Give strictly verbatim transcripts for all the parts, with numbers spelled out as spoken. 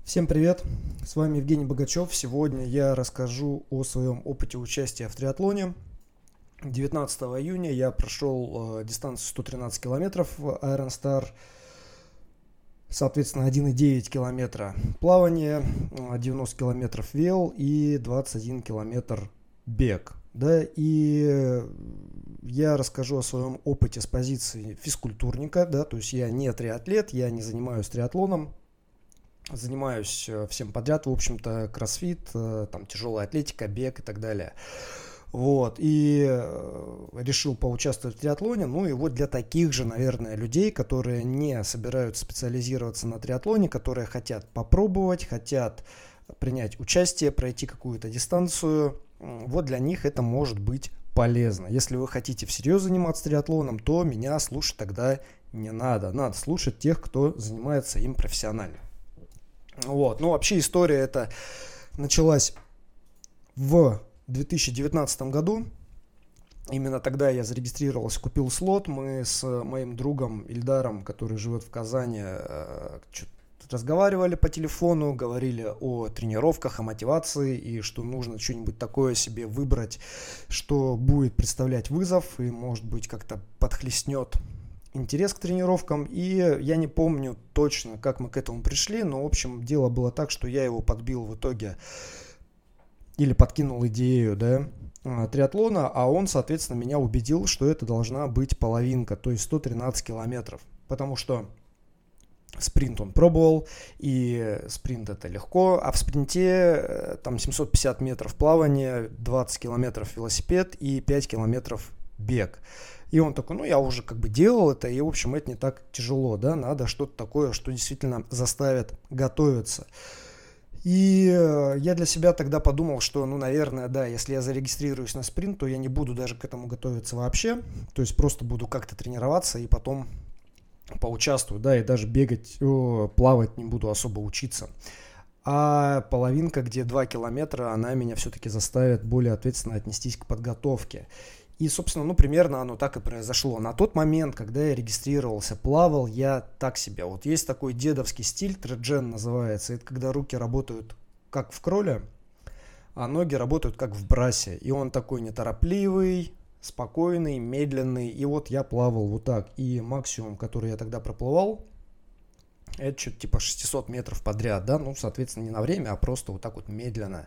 Всем привет, с вами Евгений Богачев. Сегодня я расскажу о своем опыте участия в триатлоне. девятнадцатого июня я прошел э, дистанцию сто тринадцать километров в Iron Star, соответственно один и девять километра плавание, девяносто километров вел и двадцать один километр бег. Да, и я расскажу о своем опыте с позиции физкультурника, да, то есть я не триатлет, я не занимаюсь триатлоном. Занимаюсь всем подряд, в общем-то, кроссфит, там, тяжелая атлетика, бег и так далее. Вот, и решил поучаствовать в триатлоне, ну и вот для таких же, наверное, людей, которые не собираются специализироваться на триатлоне, которые хотят попробовать, хотят принять участие, пройти какую-то дистанцию, вот для них это может быть полезно. Если вы хотите всерьез заниматься триатлоном, то меня слушать тогда не надо. Надо слушать тех, кто занимается им профессионально. Вот. Ну, вообще история эта началась в две тысячи девятнадцатом году. Именно тогда я зарегистрировался, купил слот. Мы с моим другом Ильдаром, который живет в Казани, разговаривали по телефону, говорили о тренировках, о мотивации и что нужно что-нибудь такое себе выбрать, что будет представлять вызов и, может быть, как-то подхлестнет интерес к тренировкам. И я не помню точно, как мы к этому пришли, но, в общем, дело было так, что я его подбил в итоге или подкинул идею, да, триатлона, а он, соответственно, меня убедил, что это должна быть половинка, то есть сто тринадцать километров, потому что спринт он пробовал, и спринт это легко, а в спринте там семьсот пятьдесят метров плавания, двадцать километров велосипед и пять километров бег. И он такой, ну я уже как бы делал это, и в общем это не так тяжело, да, надо что-то такое, что действительно заставит готовиться. И я для себя тогда подумал, что, ну, наверное, да, если я зарегистрируюсь на спринт, то я не буду даже к этому готовиться вообще, то есть просто буду как-то тренироваться и потом поучаствую, да, и даже бегать, о, плавать не буду особо учиться. А половинка, где два километра, она меня все-таки заставит более ответственно отнестись к подготовке. И, собственно, ну, примерно оно так и произошло. На тот момент, когда я регистрировался, плавал я так себе. Вот есть такой дедовский стиль, треджен называется. Это когда руки работают как в кроле, а ноги работают как в брасе. И он такой неторопливый, спокойный, медленный. И вот я плавал вот так. И максимум, который я тогда проплывал, это что-то типа шестьсот метров подряд, да, ну, соответственно, не на время, а просто вот так вот медленно,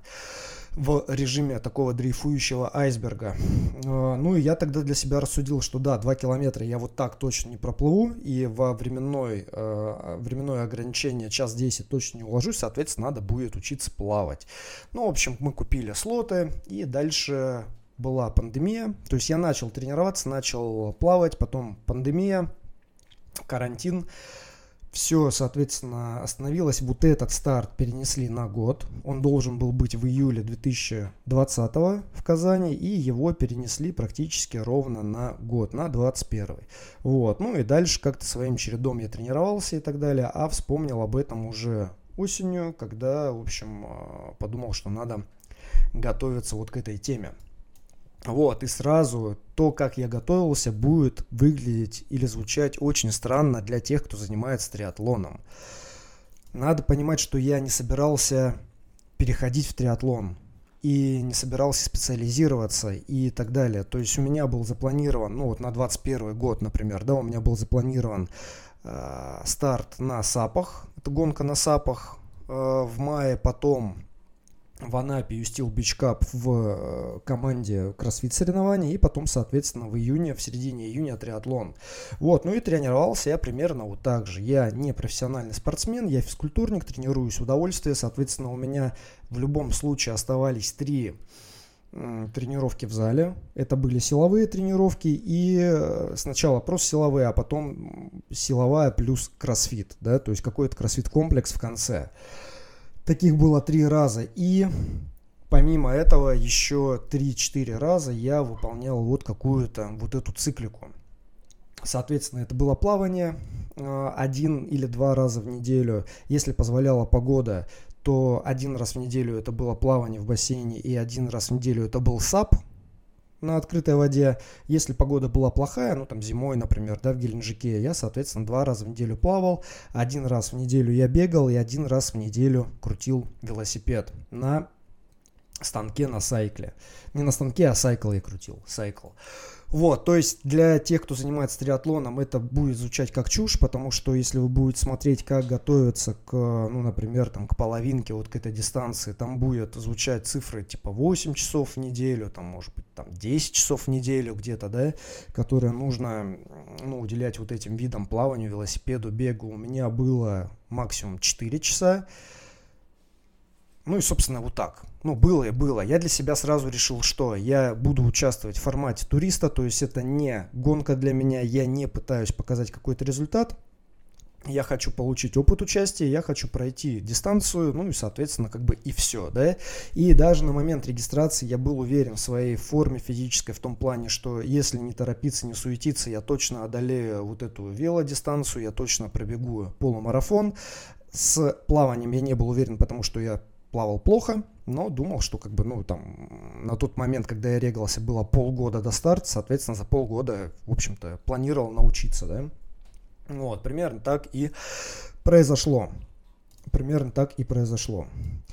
в режиме такого дрейфующего айсберга. Ну, и я тогда для себя рассудил, что да, два километра я вот так точно не проплыву, и во временной, временное ограничение час десять точно не уложусь, соответственно, надо будет учиться плавать. Ну, в общем, мы купили слоты, и дальше была пандемия, то есть я начал тренироваться, начал плавать, потом пандемия, карантин. Все, соответственно, остановилось. Вот этот старт перенесли на год. Он должен был быть в июле две тысячи двадцатого в Казани, и его перенесли практически ровно на год, на двадцать первый. Вот. Ну и дальше как-то своим чередом я тренировался и так далее, а вспомнил об этом уже осенью, когда, в общем, подумал, что надо готовиться вот к этой теме. Вот, и сразу то, как я готовился, будет выглядеть или звучать очень странно для тех, кто занимается триатлоном. Надо понимать, что я не собирался переходить в триатлон и не собирался специализироваться и так далее. То есть у меня был запланирован, ну вот на двадцать первый год, например, да, у меня был запланирован э, старт на САПах, это гонка на САПах, э, в мае потом в Анапе ю стил Beach Cup в команде кроссфит соревнований, и потом, соответственно, в июне, в середине июня триатлон. Вот, ну и тренировался я примерно вот так же. Я не профессиональный спортсмен, я физкультурник, тренируюсь в удовольствие, соответственно, у меня в любом случае оставались три м, тренировки в зале. Это были силовые тренировки, и сначала просто силовые, а потом силовая плюс кроссфит, да, то есть какой-то кроссфит-комплекс в конце. Таких было три раза, и помимо этого еще три-четыре раза я выполнял вот какую-то вот эту циклику. Соответственно, это было плавание один или два раза в неделю. Если позволяла погода, то один раз в неделю это было плавание в бассейне, и один раз в неделю это был САП. на открытой воде. Если погода была плохая, ну там зимой, например, да, в Геленджике, я, соответственно, два раза в неделю плавал, один раз в неделю я бегал и один раз в неделю крутил велосипед на станке на сайкле. Не на станке, а сайкл я крутил, сайкл. Вот, то есть для тех, кто занимается триатлоном, это будет звучать как чушь, потому что если вы будете смотреть, как готовиться к, ну, например, там, к половинке, вот к этой дистанции, там будет звучать цифры типа восемь часов в неделю, там, может быть, там десять часов в неделю где-то, да, которые нужно, ну, уделять вот этим видам плаванию, велосипеду, бегу. У меня было максимум четыре часа. Ну и, собственно, вот так. Ну, было и было. Я для себя сразу решил, что я буду участвовать в формате туриста, то есть это не гонка для меня, я не пытаюсь показать какой-то результат. Я хочу получить опыт участия, я хочу пройти дистанцию, ну и, соответственно, как бы и все, да. И даже на момент регистрации я был уверен в своей форме физической в том плане, что если не торопиться, не суетиться, я точно одолею вот эту велодистанцию, я точно пробегу полумарафон. С плаванием я не был уверен, потому что я плавал плохо, но думал, что как бы, ну, там, на тот момент, когда я регался, было полгода до старта, соответственно, за полгода, в общем-то, планировал научиться, да. Вот, примерно так и произошло. Примерно так и произошло.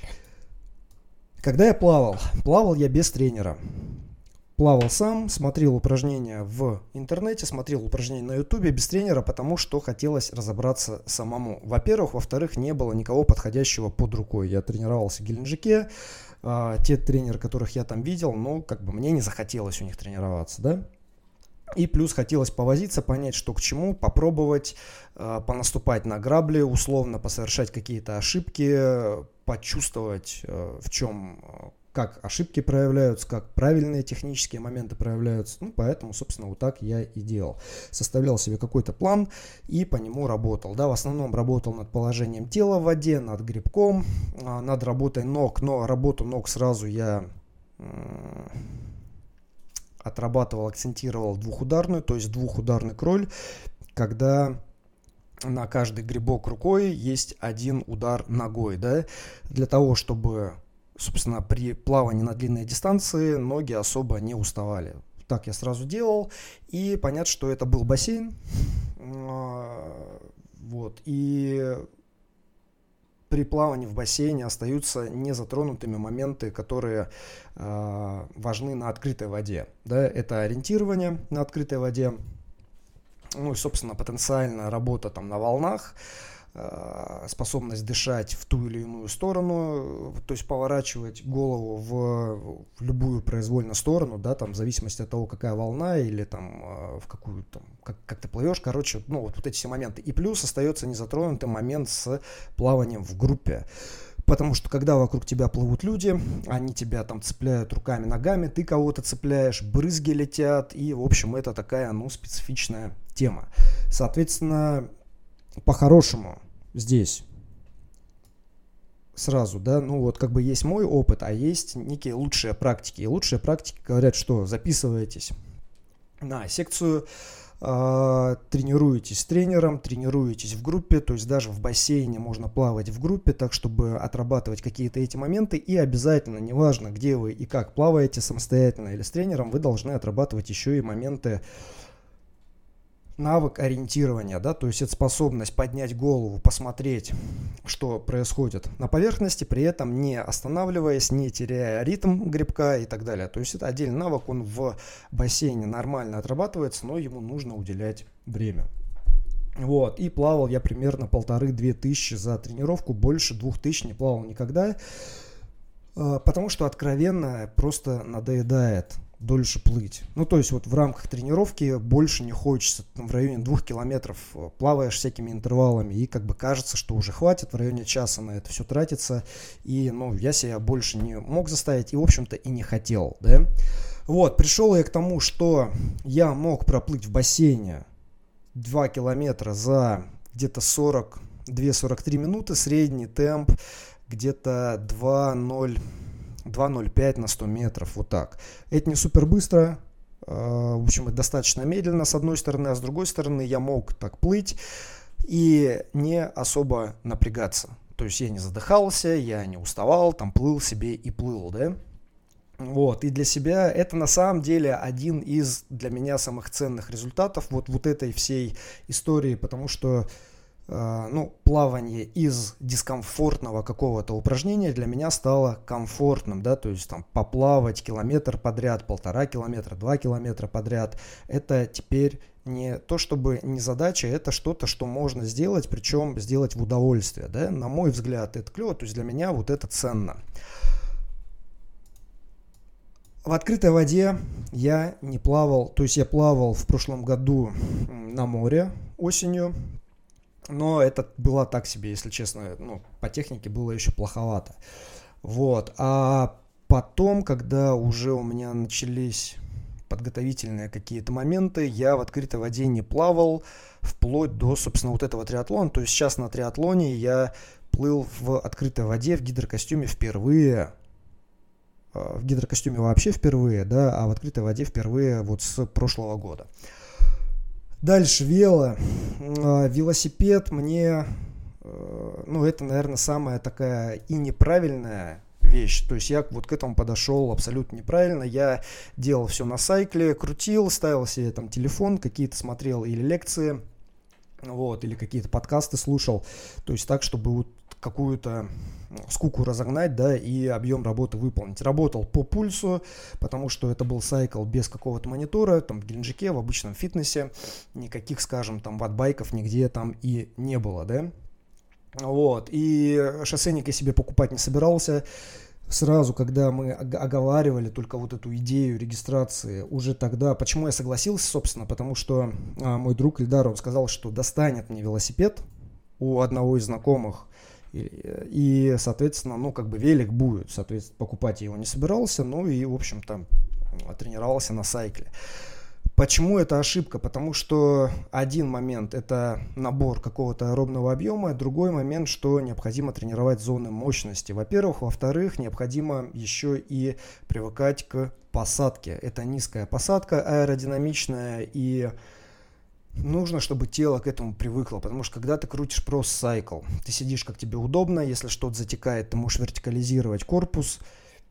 Когда я плавал? Плавал я без тренера. Плавал сам, смотрел упражнения в интернете, смотрел упражнения на ютубе без тренера, потому что хотелось разобраться самому. Во-первых, во-вторых, не было никого подходящего под рукой. Я тренировался в Геленджике, а, те тренеры, которых я там видел, ну, как бы мне не захотелось у них тренироваться, да. И плюс хотелось повозиться, понять, что к чему, попробовать, э, понаступать на грабли, условно посовершать какие-то ошибки, почувствовать, э, в чем, как ошибки проявляются, как правильные технические моменты проявляются. Ну, поэтому, собственно, вот так я и делал. Составлял себе какой-то план и по нему работал. Да, в основном работал над положением тела в воде, над грибком, э, над работой ног, но работу ног сразу я... Э, отрабатывал, акцентировал двухударную, то есть двухударный кроль, когда на каждый грибок рукой есть один удар ногой, да, для того, чтобы, собственно, при плавании на длинной дистанции ноги особо не уставали. Так я сразу делал, и понятно, что это был бассейн, вот, и при плавании в бассейне остаются незатронутыми моменты, которые э, важны на открытой воде. Да? Это ориентирование на открытой воде, ну и, собственно, потенциальная работа там на волнах, э, способность дышать в ту или иную сторону, то есть поворачивать голову в, в любую произвольную сторону, да, там, в зависимости от того, какая волна или там, э, в какую там, как, как ты плывешь, короче, ну вот, вот эти все моменты. И плюс остается незатронутый момент с плаванием в группе. Потому что когда вокруг тебя плывут люди, они тебя там цепляют руками, ногами, ты кого-то цепляешь, брызги летят, и, в общем, это такая, ну, специфичная тема. Соответственно, по-хорошему здесь сразу, да, ну вот как бы есть мой опыт, а есть некие лучшие практики. И лучшие практики говорят, что записываетесь на секцию, э, тренируетесь с тренером, тренируетесь в группе, то есть даже в бассейне можно плавать в группе, так чтобы отрабатывать какие-то эти моменты, и обязательно, неважно где вы и как плаваете, самостоятельно или с тренером, вы должны отрабатывать еще и моменты, навык ориентирования, да, то есть это способность поднять голову, посмотреть, что происходит на поверхности, при этом не останавливаясь, не теряя ритм грибка и так далее. То есть это отдельный навык, он в бассейне нормально отрабатывается, но ему нужно уделять время. Вот, и плавал я примерно полторы-две тысячи за тренировку, больше двух тысяч не плавал никогда, потому что откровенно просто надоедает дольше плыть. Ну, то есть вот в рамках тренировки больше не хочется. Там в районе двух километров плаваешь всякими интервалами, и как бы кажется, что уже хватит, в районе часа на это все тратится. И, ну, я себя больше не мог заставить, и, в общем-то, и не хотел, да. Вот, пришел я к тому, что я мог проплыть в бассейне два километра за где-то сорок две сорок три минуты, средний темп где-то два ноль пять на сто метров, вот так. Это не супер быстро, в общем, это достаточно медленно с одной стороны, а с другой стороны я мог так плыть и не особо напрягаться. То есть я не задыхался, я не уставал, там плыл себе и плыл, да. Вот, и для себя это на самом деле один из для меня самых ценных результатов вот, вот этой всей истории, потому что э, ну, плавание из дискомфортного какого-то упражнения для меня стало комфортным, да, то есть там поплавать километр подряд, полтора километра, два километра подряд, это теперь не то чтобы не задача, это что-то, что можно сделать, причем сделать в удовольствие, да, на мой взгляд это клево, то есть для меня вот это ценно. В открытой воде я не плавал, то есть я плавал в прошлом году на море осенью, но это было так себе, если честно, ну, по технике было еще плоховато. Вот, а потом, когда уже у меня начались подготовительные какие-то моменты, я в открытой воде не плавал, вплоть до, собственно, вот этого триатлона, то есть сейчас на триатлоне я плыл в открытой воде в гидрокостюме впервые. В гидрокостюме вообще впервые, да, а в открытой воде впервые вот с прошлого года. Дальше вело. Велосипед мне, ну, это, наверное, самая такая и неправильная вещь. То есть я вот к этому подошел абсолютно неправильно. Я делал все на сайкле, крутил, ставил себе там телефон, какие-то смотрел или лекции, вот, или какие-то подкасты слушал. То есть так, чтобы вот какую-то скуку разогнать, да, и объем работы выполнить. Работал по пульсу, потому что это был сайкл без какого-то монитора, там в Геленджике, в обычном фитнесе, никаких, скажем, там ваттбайков нигде там и не было, да. Вот, и шоссейник я себе покупать не собирался. Сразу, когда мы оговаривали только вот эту идею регистрации, уже тогда, почему я согласился, собственно, потому что а, мой друг Ильдар, он сказал, что достанет мне велосипед у одного из знакомых, и, и, соответственно, ну, как бы велик будет, соответственно, покупать я его не собирался, ну, и, в общем-то, тренировался на сайкле. Почему это ошибка? Потому что один момент – это набор какого-то аэробного объема, другой момент, что необходимо тренировать зоны мощности. Во-первых, во-вторых, необходимо еще и привыкать к посадке. Это низкая посадка аэродинамичная, и нужно, чтобы тело к этому привыкло, потому что когда ты крутишь просто сайкл, ты сидишь как тебе удобно, если что-то затекает, ты можешь вертикализировать корпус,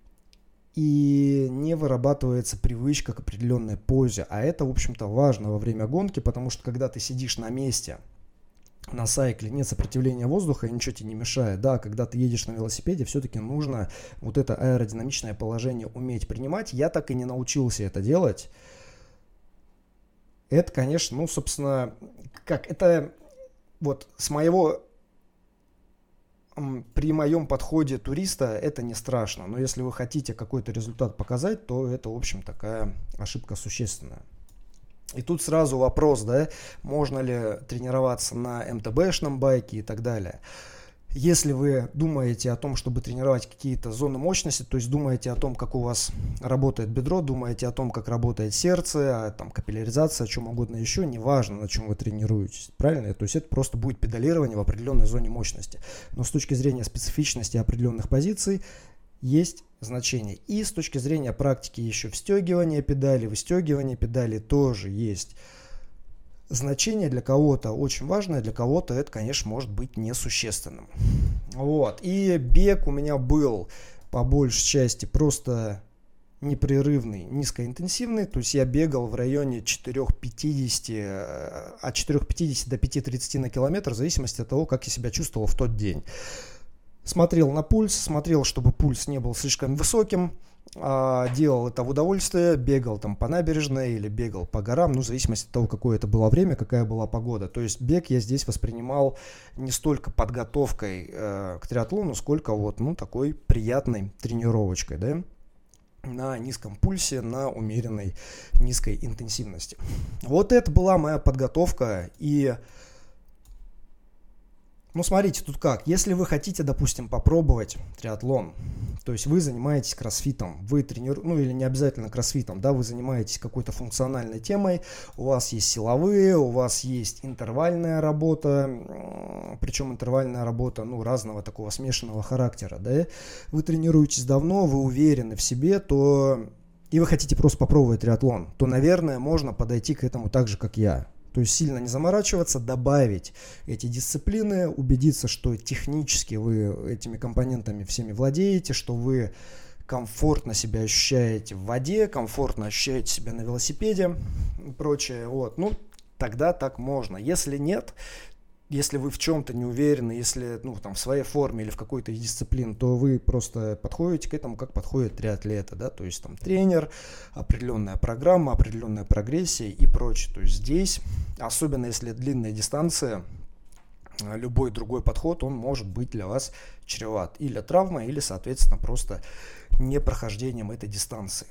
и не вырабатывается привычка к определенной позе. А это, в общем-то, важно во время гонки, потому что когда ты сидишь на месте, на сайкле, нет сопротивления воздуха и ничего тебе не мешает. Да, когда ты едешь на велосипеде, все-таки нужно вот это аэродинамичное положение уметь принимать. Я так и не научился это делать. Это, конечно, ну, собственно, как это вот с моего... При моем подходе туриста это не страшно, но если вы хотите какой-то результат показать, то это, в общем, такая ошибка существенная. И тут сразу вопрос, да, можно ли тренироваться на эм тэ бэ-шном байке и так далее. Если вы думаете о том, чтобы тренировать какие-то зоны мощности, то есть думаете о том, как у вас работает бедро, думаете о том, как работает сердце, там, капилляризация, о чем угодно еще, неважно, на чем вы тренируетесь, правильно? То есть это просто будет педалирование в определенной зоне мощности. Но с точки зрения специфичности определенных позиций есть значение. И с точки зрения практики еще встегивания педали, выстегивания педали тоже есть значение. Для кого-то очень важное, для кого-то это, конечно, может быть несущественным. Вот. И бег у меня был по большей части просто непрерывный, низкоинтенсивный. То есть я бегал в районе четыре пятьдесят, от четыре пятьдесят до пять тридцать на километр, в зависимости от того, как я себя чувствовал в тот день. Смотрел на пульс, смотрел, чтобы пульс не был слишком высоким. Делал это в удовольствие, бегал там по набережной или бегал по горам, ну, в зависимости от того, какое это было время, какая была погода. То есть бег я здесь воспринимал не столько подготовкой э, к триатлону, сколько вот, ну, такой приятной тренировочкой, да, на низком пульсе, на умеренной низкой интенсивности. Вот это была моя подготовка. И ну, смотрите, тут как. Если вы хотите, допустим, попробовать триатлон, то есть вы занимаетесь кроссфитом, вы тренируете, ну или не обязательно кроссфитом, да, вы занимаетесь какой-то функциональной темой, у вас есть силовые, у вас есть интервальная работа, причем интервальная работа, ну, разного такого смешанного характера, да, вы тренируетесь давно, вы уверены в себе, то и вы хотите просто попробовать триатлон, то, наверное, можно подойти к этому так же, как я. То есть сильно не заморачиваться, добавить эти дисциплины, убедиться, что технически вы этими компонентами всеми владеете, что вы комфортно себя ощущаете в воде, комфортно ощущаете себя на велосипеде и прочее, вот, ну, тогда так можно. Если нет, если вы в чем-то не уверены, если, ну, там, в своей форме или в какой-то из дисциплин, то вы просто подходите к этому, как подходят триатлеты, да, то есть там тренер, определенная программа, определенная прогрессия и прочее. То есть здесь, особенно если длинная дистанция, любой другой подход, он может быть для вас чреват или травмой, или, соответственно, просто непрохождением этой дистанции.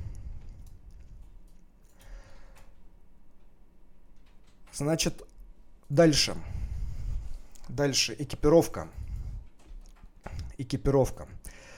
Значит, дальше. Дальше экипировка. Экипировка.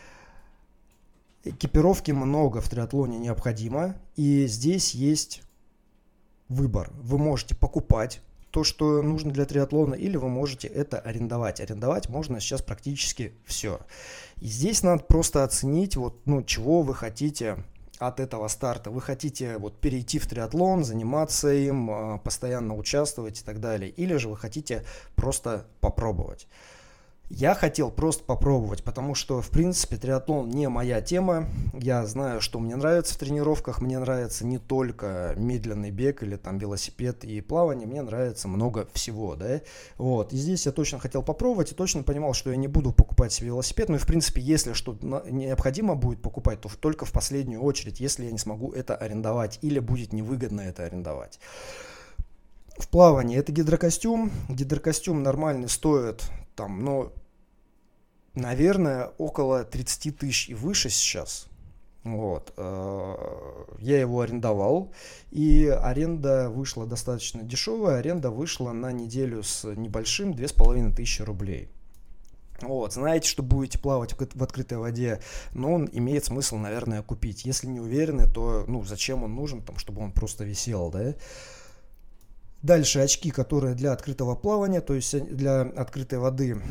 Экипировки много в триатлоне необходимо, и здесь есть выбор. Вы можете покупать то, что нужно для триатлона, или вы можете это арендовать. Арендовать можно сейчас практически все. И здесь надо просто оценить, вот, ну, чего вы хотите от этого старта. Вы хотите вот перейти в триатлон, заниматься им, постоянно участвовать и так далее. Или же вы хотите просто попробовать. Я хотел просто попробовать, потому что, в принципе, триатлон не моя тема. Я знаю, что мне нравится в тренировках. Мне нравится не только медленный бег или там велосипед и плавание. Мне нравится много всего, да. Вот. И здесь я точно хотел попробовать и точно понимал, что я не буду покупать себе велосипед. Ну и, в принципе, если что-то необходимо будет покупать, то только в последнюю очередь, если я не смогу это арендовать или будет невыгодно это арендовать. В плавании это гидрокостюм. Гидрокостюм нормальный стоит там, ну, наверное, около тридцать тысяч и выше сейчас. Вот. Я его арендовал, и аренда вышла достаточно дешевая. Аренда вышла на неделю с небольшим, две с половиной тысячи рублей. Вот, знаете, что будете плавать в открытой воде, но он имеет смысл, наверное, купить. Если не уверены, то, ну, зачем он нужен, там, чтобы он просто висел, да? Дальше очки, которые для открытого плавания, то есть для открытой воды.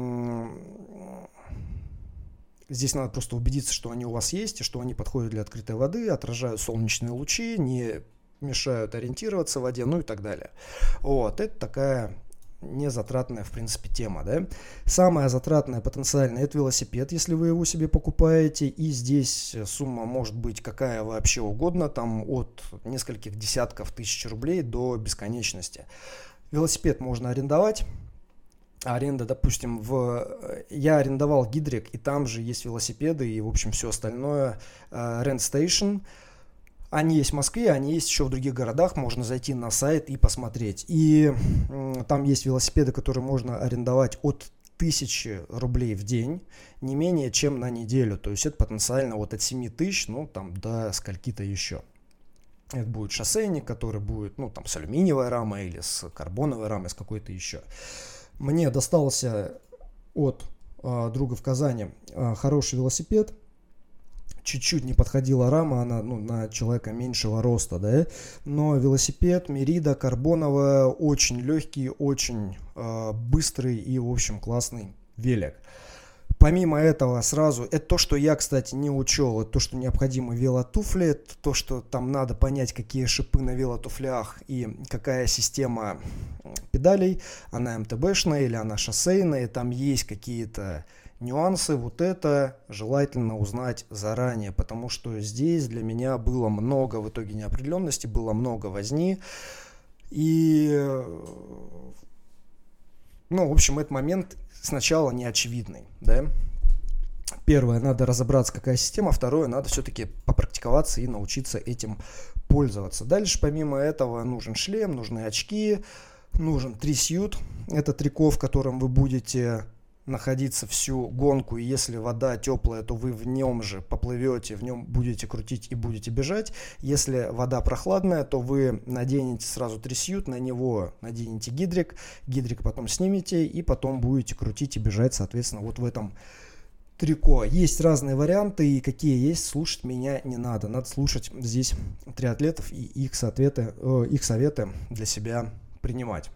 Здесь надо просто убедиться, что они у вас есть, и что они подходят для открытой воды, отражают солнечные лучи, не мешают ориентироваться в воде, ну и так далее. Вот, это такая незатратная, в принципе, тема, да. Самая затратная потенциально это велосипед, если вы его себе покупаете, и здесь сумма может быть какая вообще угодно, там от нескольких десятков тысяч рублей до бесконечности. Велосипед можно арендовать. Аренда, допустим, в... я арендовал Гидрик, и там же есть велосипеды и, в общем, все остальное. Rent Station. Они есть в Москве, они есть еще в других городах, можно зайти на сайт и посмотреть. И там есть велосипеды, которые можно арендовать от тысячи рублей в день, не менее чем на неделю. То есть это потенциально вот от семи тысяч, ну там до скольки-то еще. Это будет шоссейник, который будет, ну там с алюминиевой рамой или с карбоновой рамой, с какой-то еще. Мне достался от а, друга в Казани а, хороший велосипед. Чуть-чуть не подходила рама, она, ну, на человека меньшего роста, да, но велосипед Мерида карбоновая, очень легкий, очень э, быстрый и, в общем, классный велик. Помимо этого, сразу, это то, что я, кстати, не учел, это то, что необходимы велотуфли, это то, что там надо понять, какие шипы на велотуфлях и какая система педалей, она эм тэ бэ-шная или она шоссейная, там есть какие-то нюансы, вот это желательно узнать заранее, потому что здесь для меня было много в итоге неопределенности, было много возни, и, ну, в общем, этот момент сначала не очевидный, да. Первое, надо разобраться, какая система, второе, надо все-таки попрактиковаться и научиться этим пользоваться. Дальше, помимо этого, нужен шлем, нужны очки, нужен трисьют, это трико, в котором вы будете находиться всю гонку, и если вода теплая, то вы в нем же поплывете, в нем будете крутить и будете бежать. Если вода прохладная, то вы наденете сразу трисьют, на него наденете гидрик, гидрик потом снимете и потом будете крутить и бежать, соответственно, вот в этом трико. Есть разные варианты, и какие есть, слушать меня не надо. Надо слушать здесь триатлетов и их советы, э, их советы для себя принимать.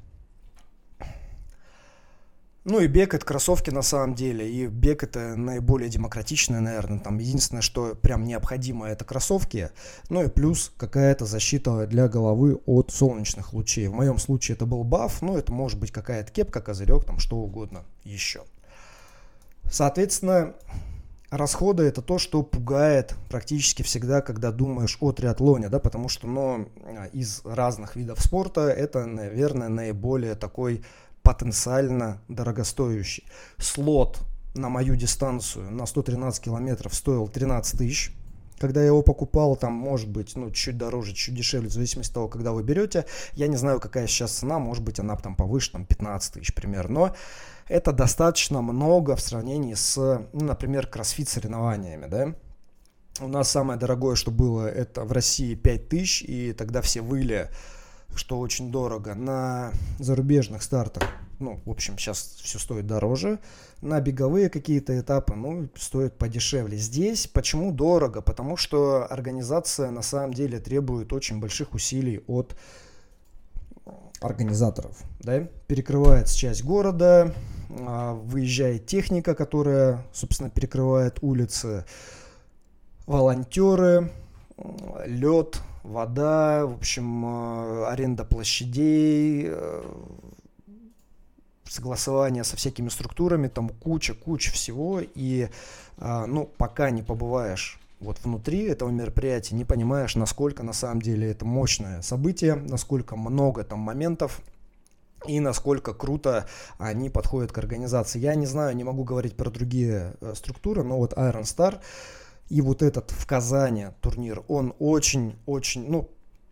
Ну и бег — это кроссовки на самом деле, и бег — это наиболее демократичное, наверное, там единственное, что прям необходимо, это кроссовки, ну и плюс какая-то защита для головы от солнечных лучей. В моем случае это был баф, ну это может быть какая-то кепка, козырек, там что угодно еще. Соответственно, Расходы — это то, что пугает практически всегда, когда думаешь о триатлоне, да, потому что, ну, из разных видов спорта это, наверное, наиболее такой потенциально дорогостоящий. Слот на мою дистанцию на сто тринадцать километров стоил тринадцать тысяч. Когда я его покупал, там, может быть, ну, чуть дороже, чуть дешевле, в зависимости от того, когда вы берете. Я не знаю, какая сейчас цена, может быть, она там повыше, там, пятнадцать тысяч примерно. Но это достаточно много в сравнении с, ну, например, кроссфит-соревнованиями, да. У нас самое дорогое, что было, это в России пять тысяч, и тогда все выли, что очень дорого. На зарубежных стартах, ну, в общем, сейчас все стоит дороже. На беговые какие-то этапы, ну, стоит подешевле. Здесь почему дорого? Потому что организация на самом деле требует очень больших усилий от организаторов, да? Перекрывается часть города, выезжает техника, которая, собственно, перекрывает улицы, волонтеры, лед, вода, в общем, аренда площадей, согласование со всякими структурами, там куча-куча всего, и, ну, пока не побываешь вот внутри этого мероприятия, не понимаешь, насколько на самом деле это мощное событие, насколько много там моментов и насколько круто они подходят к организации. Я не знаю, не могу говорить про другие структуры, но вот Iron Star и вот этот в Казани турнир, он очень-очень, ну,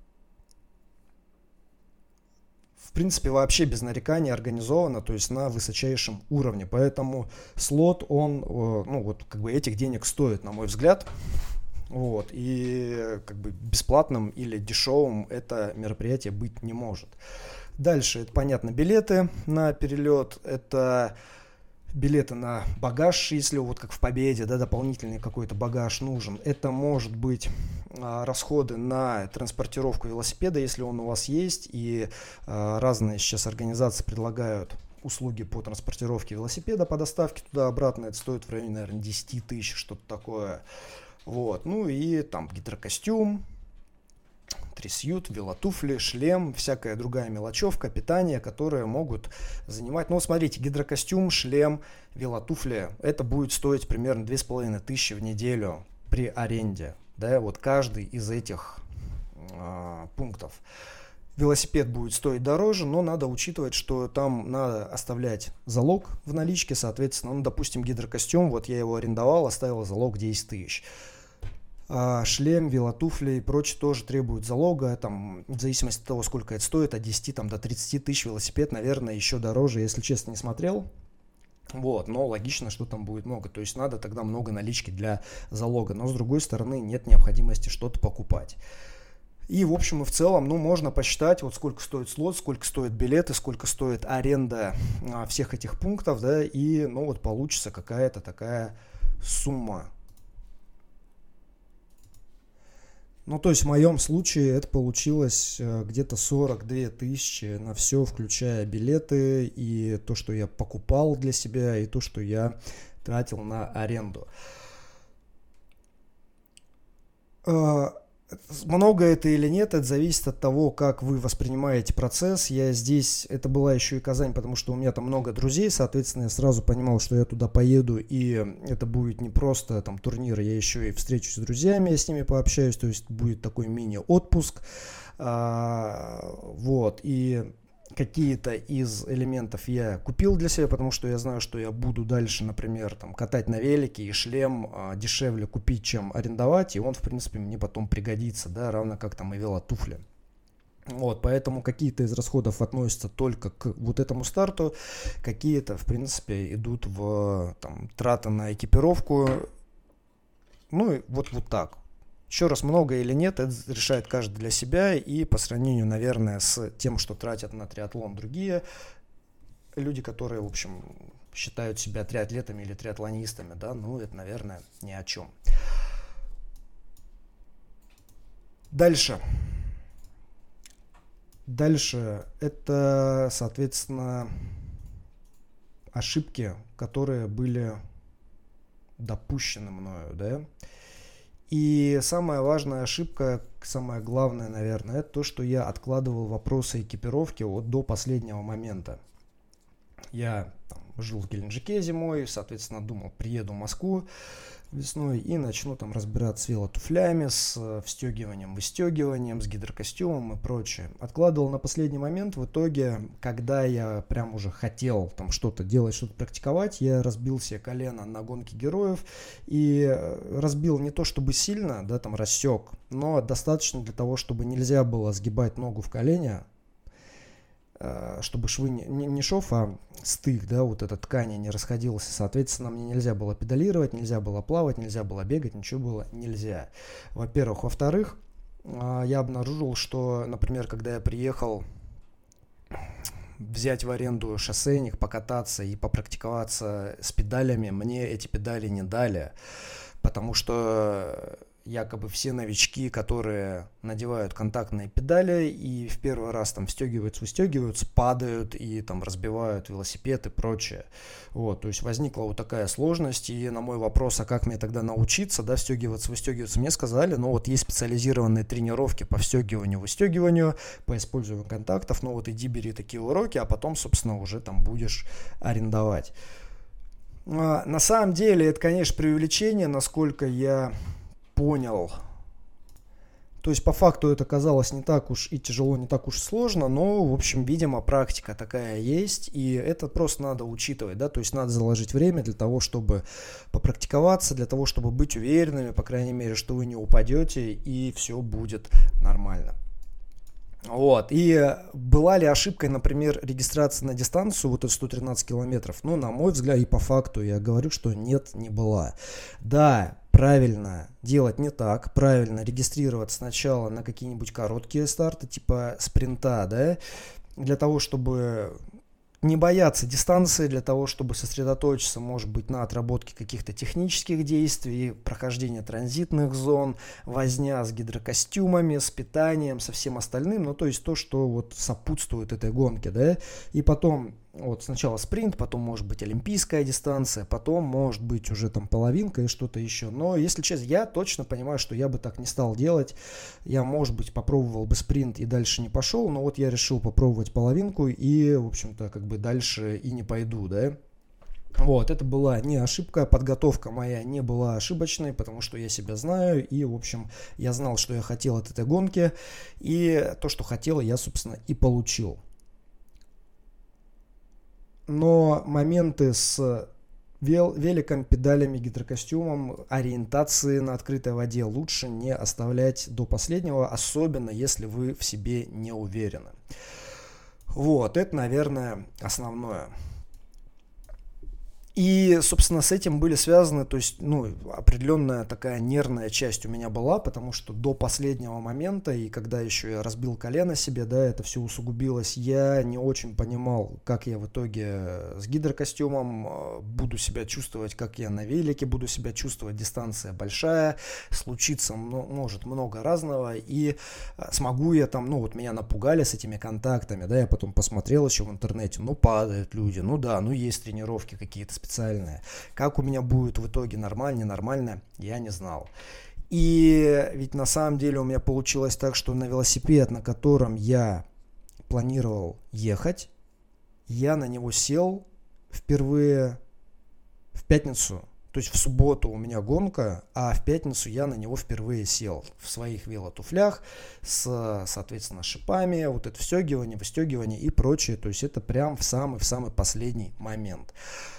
в принципе, вообще без нареканий организовано, то есть на высочайшем уровне. Поэтому слот, он, ну, вот, как бы этих денег стоит, на мой взгляд. Вот, и как бы бесплатным или дешевым это мероприятие быть не может. Дальше, это, понятно, билеты на перелет, это билеты на багаж, если вот как в Победе, да, дополнительный какой-то багаж нужен. Это может быть а, расходы на транспортировку велосипеда, если он у вас есть, и а, разные сейчас организации предлагают услуги по транспортировке велосипеда, по доставке туда-обратно. Это стоит в районе, наверное, десять тысяч, что-то такое. Вот, ну и там гидрокостюм, трясют, велотуфли, шлем, всякая другая мелочевка, питание, которые могут занимать. Ну, смотрите, гидрокостюм, шлем, велотуфли, это будет стоить примерно две с половиной тысячи в неделю при аренде. Да, вот каждый из этих э, пунктов. Велосипед будет стоить дороже, но надо учитывать, что там надо оставлять залог в наличке, соответственно, ну, допустим, гидрокостюм, вот я его арендовал, оставил залог десять тысяч. А шлем, велотуфли и прочее тоже требуют залога, там, в зависимости от того, сколько это стоит, от десяти там, до тридцати тысяч. Велосипед, наверное, еще дороже, если честно, не смотрел. Вот, но логично, что там будет много, то есть надо тогда много налички для залога, но с другой стороны нет необходимости что-то покупать. И в общем и в целом, ну, можно посчитать, вот сколько стоит слот, сколько стоят билеты, сколько стоит аренда а, всех этих пунктов, да, и, ну, вот получится какая-то такая сумма. Ну, то есть в моем случае это получилось где-то сорок две тысячи на все, включая билеты и то, что я покупал для себя, и то, что я тратил на аренду. Много это или нет, это зависит от того, как вы воспринимаете процесс. Я здесь, это была еще и Казань, потому что у меня там много друзей, соответственно, я сразу понимал, что я туда поеду, и это будет не просто там турнир, я еще и встречусь с друзьями, я с ними пообщаюсь, то есть будет такой мини-отпуск. А, вот, и какие-то из элементов я купил для себя, потому что я знаю, что я буду дальше, например, там, катать на велике, и шлем а, дешевле купить, чем арендовать, и он, в принципе, мне потом пригодится, да, равно как там и велотуфли. Вот, поэтому какие-то из расходов относятся только к вот этому старту, какие-то, в принципе, идут в там, траты на экипировку, ну и вот, вот так. Еще раз, много или нет, это решает каждый для себя, и по сравнению, наверное, с тем, что тратят на триатлон другие люди, которые, в общем, считают себя триатлетами или триатлонистами, да, ну, это, наверное, ни о чем. Дальше. Дальше это, соответственно, ошибки, которые были допущены мною, да. И самая важная ошибка, самое главное, наверное, это то, что я откладывал вопросы экипировки вот до последнего момента. Я там, жил в Геленджике зимой, соответственно, думал, приеду в Москву весной и начну там разбираться с велотуфлями, с встегиванием, выстегиванием, с гидрокостюмом и прочее. Откладывал на последний момент. В итоге, когда я прям уже хотел там что-то делать, что-то практиковать, я разбил себе колено на гонке героев и разбил не то чтобы сильно, да, там рассек, но достаточно для того, чтобы нельзя было сгибать ногу в колене, чтобы швы не, не, не шов, а стык, да, вот эта ткань не расходился. Соответственно, мне нельзя было педалировать, нельзя было плавать, нельзя было бегать, ничего было нельзя. Во-первых. Во-вторых, я обнаружил, что, например, когда я приехал взять в аренду шоссейник, покататься и попрактиковаться с педалями, мне эти педали не дали, потому что якобы все новички, которые надевают контактные педали и в первый раз там встегиваются, выстегиваются, падают и там разбивают велосипед и прочее. Вот, то есть возникла вот такая сложность, и на мой вопрос, а как мне тогда научиться, да, встегиваться, выстегиваться, мне сказали, ну вот есть специализированные тренировки по встегиванию, выстегиванию, по использованию контактов, ну вот иди бери такие уроки, а потом, собственно, уже там будешь арендовать. На самом деле это, конечно, преувеличение, насколько я понял. То есть по факту это казалось не так уж и тяжело, не так уж сложно, но, в общем, видимо, практика такая есть, и это просто надо учитывать, да, то есть надо заложить время для того, чтобы попрактиковаться, для того, чтобы быть уверенными, по крайней мере, что вы не упадете, и все будет нормально. Вот, и была ли ошибкой, например, регистрация на дистанцию, вот это сто тринадцать километров? Ну, на мой взгляд, и по факту я говорю, что нет, не была. Да, правильно делать не так, правильно регистрироваться сначала на какие-нибудь короткие старты, типа спринта, да, для того, чтобы не бояться дистанции, для того, чтобы сосредоточиться, может быть, на отработке каких-то технических действий, прохождение транзитных зон, возня с гидрокостюмами, с питанием, со всем остальным, ну, то есть то, что вот сопутствует этой гонке, да, и потом вот сначала спринт, потом может быть олимпийская дистанция, потом может быть уже там половинка и что-то еще. Но, если честно, я точно понимаю, что я бы так не стал делать. Я, может быть, попробовал бы спринт и дальше не пошел, но вот я решил попробовать половинку и, в общем-то, как бы дальше и не пойду, да. Вот, это была не ошибка, подготовка моя не была ошибочной, потому что я себя знаю, и, в общем, я знал, что я хотел от этой гонки, и то, что хотел, я, собственно, и получил. Но моменты с вел- великом, педалями, гидрокостюмом, ориентации на открытой воде лучше не оставлять до последнего, особенно если вы в себе не уверены. Вот, это, наверное, основное. И, собственно, с этим были связаны, то есть, ну, определенная такая нервная часть у меня была, потому что до последнего момента, и когда еще я разбил колено себе, да, это все усугубилось, я не очень понимал, как я в итоге с гидрокостюмом буду себя чувствовать, как я на велике буду себя чувствовать, дистанция большая, случится может много разного, и смогу я там, ну, вот меня напугали с этими контактами, да, я потом посмотрел еще в интернете, ну, падают люди, ну да, ну, есть тренировки какие-то специальные, специальное. Как у меня будет в итоге, нормально, ненормально, я не знал. И ведь на самом деле у меня получилось так, что на велосипед, на котором я планировал ехать, я на него сел впервые в пятницу. То есть в субботу у меня гонка, а в пятницу я на него впервые сел в своих велотуфлях с, соответственно, шипами, вот это встегивание, выстегивание и прочее. То есть это прям в самый, в самый последний момент.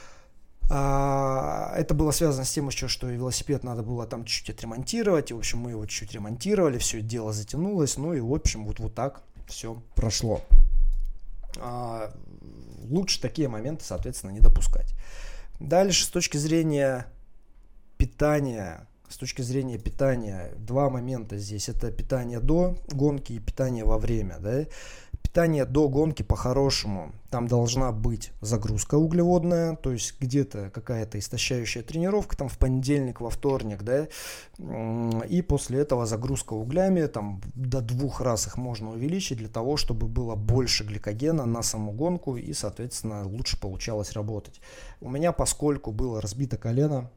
Это было связано с тем еще, что велосипед надо было там чуть-чуть отремонтировать. И, в общем, мы его чуть-чуть ремонтировали, все это дело затянулось. Ну и, в общем, вот, вот так все прошло. Лучше такие моменты, соответственно, не допускать. Дальше, с точки зрения питания, с точки зрения питания, два момента здесь. Это питание до гонки и питание во время, да. Питание до гонки по-хорошему, там должна быть загрузка углеводная, то есть где-то какая-то истощающая тренировка, там в понедельник, во вторник, да, и после этого загрузка углями, там до двух раз их можно увеличить для того, чтобы было больше гликогена на саму гонку и, соответственно, лучше получалось работать. У меня, поскольку было разбито колено,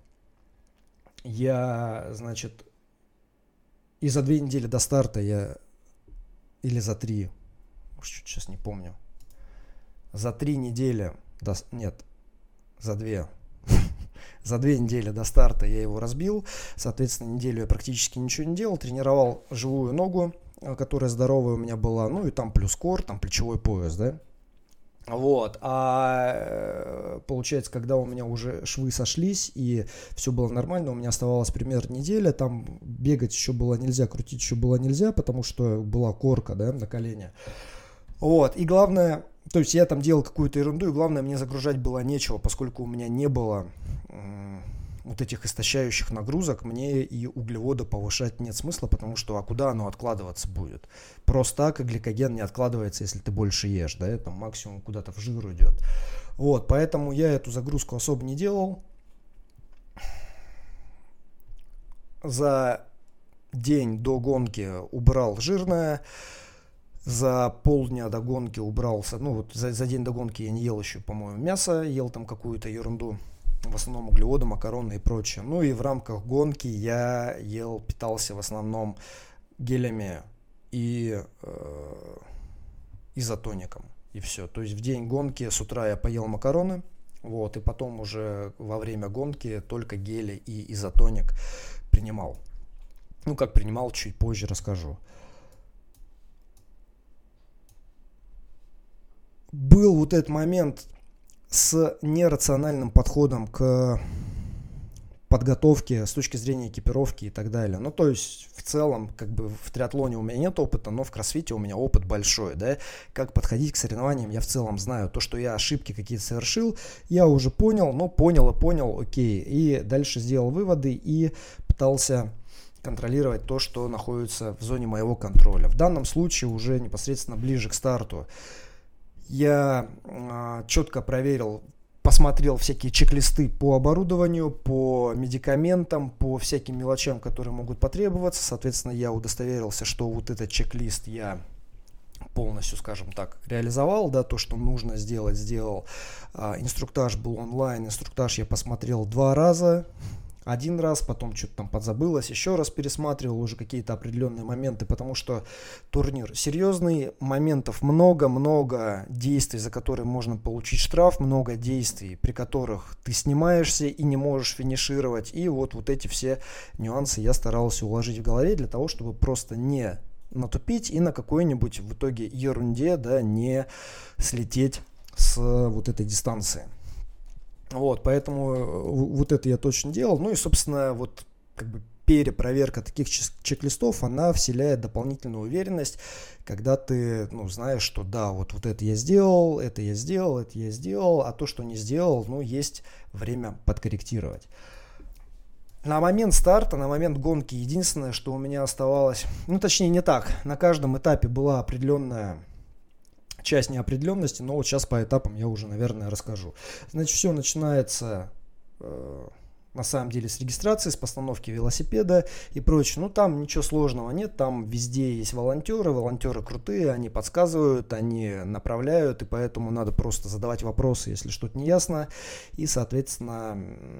я, значит, и за две недели до старта я, или за три, сейчас не помню, за три недели, до, нет, за две. За две недели до старта я его разбил. Соответственно, неделю я практически ничего не делал. Тренировал живую ногу, которая здоровая у меня была. Ну и там плюс кор, там плечевой пояс, да. Вот, а получается, когда у меня уже швы сошлись и все было нормально, у меня оставалась примерно неделя, там бегать еще было нельзя, крутить еще было нельзя, потому что была корка, да, на колене. Вот, и главное, то есть я там делал какую-то ерунду, и главное, мне загружать было нечего, поскольку у меня не было м- вот этих истощающих нагрузок, мне и углеводы повышать нет смысла, потому что а куда оно откладываться будет? Просто так и гликоген не откладывается, если ты больше ешь, да, это максимум куда-то в жир идет. Вот, поэтому я эту загрузку особо не делал. За день до гонки убрал жирное. За полдня до гонки убрался, ну вот за, за день до гонки я не ел еще, по-моему, мясо, ел там какую-то ерунду, в основном углеводы, макароны и прочее. Ну и в рамках гонки я ел, питался в основном гелями и э, изотоником, и все. То есть в день гонки с утра я поел макароны, вот, и потом уже во время гонки только гели и изотоник принимал. Ну как принимал, чуть позже расскажу. Был вот этот момент с нерациональным подходом к подготовке с точки зрения экипировки и так далее. Ну, то есть, в целом, как бы в триатлоне у меня нет опыта, но в кроссфите у меня опыт большой, да. Как подходить к соревнованиям, я в целом знаю. То, что я ошибки какие-то совершил, я уже понял, но понял и понял, окей. И дальше сделал выводы и пытался контролировать то, что находится в зоне моего контроля. В данном случае уже непосредственно ближе к старту я э, четко проверил, посмотрел всякие чек-листы по оборудованию, по медикаментам, по всяким мелочам, которые могут потребоваться. Соответственно, я удостоверился, что вот этот чек-лист я полностью, скажем так, реализовал, да, то, что нужно сделать, сделал. Э, инструктаж был онлайн, инструктаж я посмотрел два раза. Один раз, потом что-то там подзабылось, еще раз пересматривал уже какие-то определенные моменты, потому что турнир серьезный, моментов много-много действий, за которые можно получить штраф, много действий, при которых ты снимаешься и не можешь финишировать, и вот, вот эти все нюансы я старался уложить в голове для того, чтобы просто не натупить и на какой-нибудь в итоге ерунде, да, не слететь с вот этой дистанции. Вот, поэтому вот это я точно делал. Ну и, собственно, вот как бы перепроверка таких чек-листов, она вселяет дополнительную уверенность, когда ты, ну, знаешь, что да, вот, вот это я сделал, это я сделал, это я сделал, а то, что не сделал, ну, есть время подкорректировать. На момент старта, на момент гонки, единственное, что у меня оставалось, ну, точнее, не так, на каждом этапе была определенная часть неопределенности, но вот сейчас по этапам я уже, наверное, расскажу. Значит, все начинается э, на самом деле с регистрации, с постановки велосипеда и прочее. Ну, там ничего сложного нет, там везде есть волонтеры, волонтеры крутые, они подсказывают, они направляют, и поэтому надо просто задавать вопросы, если что-то не ясно, и, соответственно,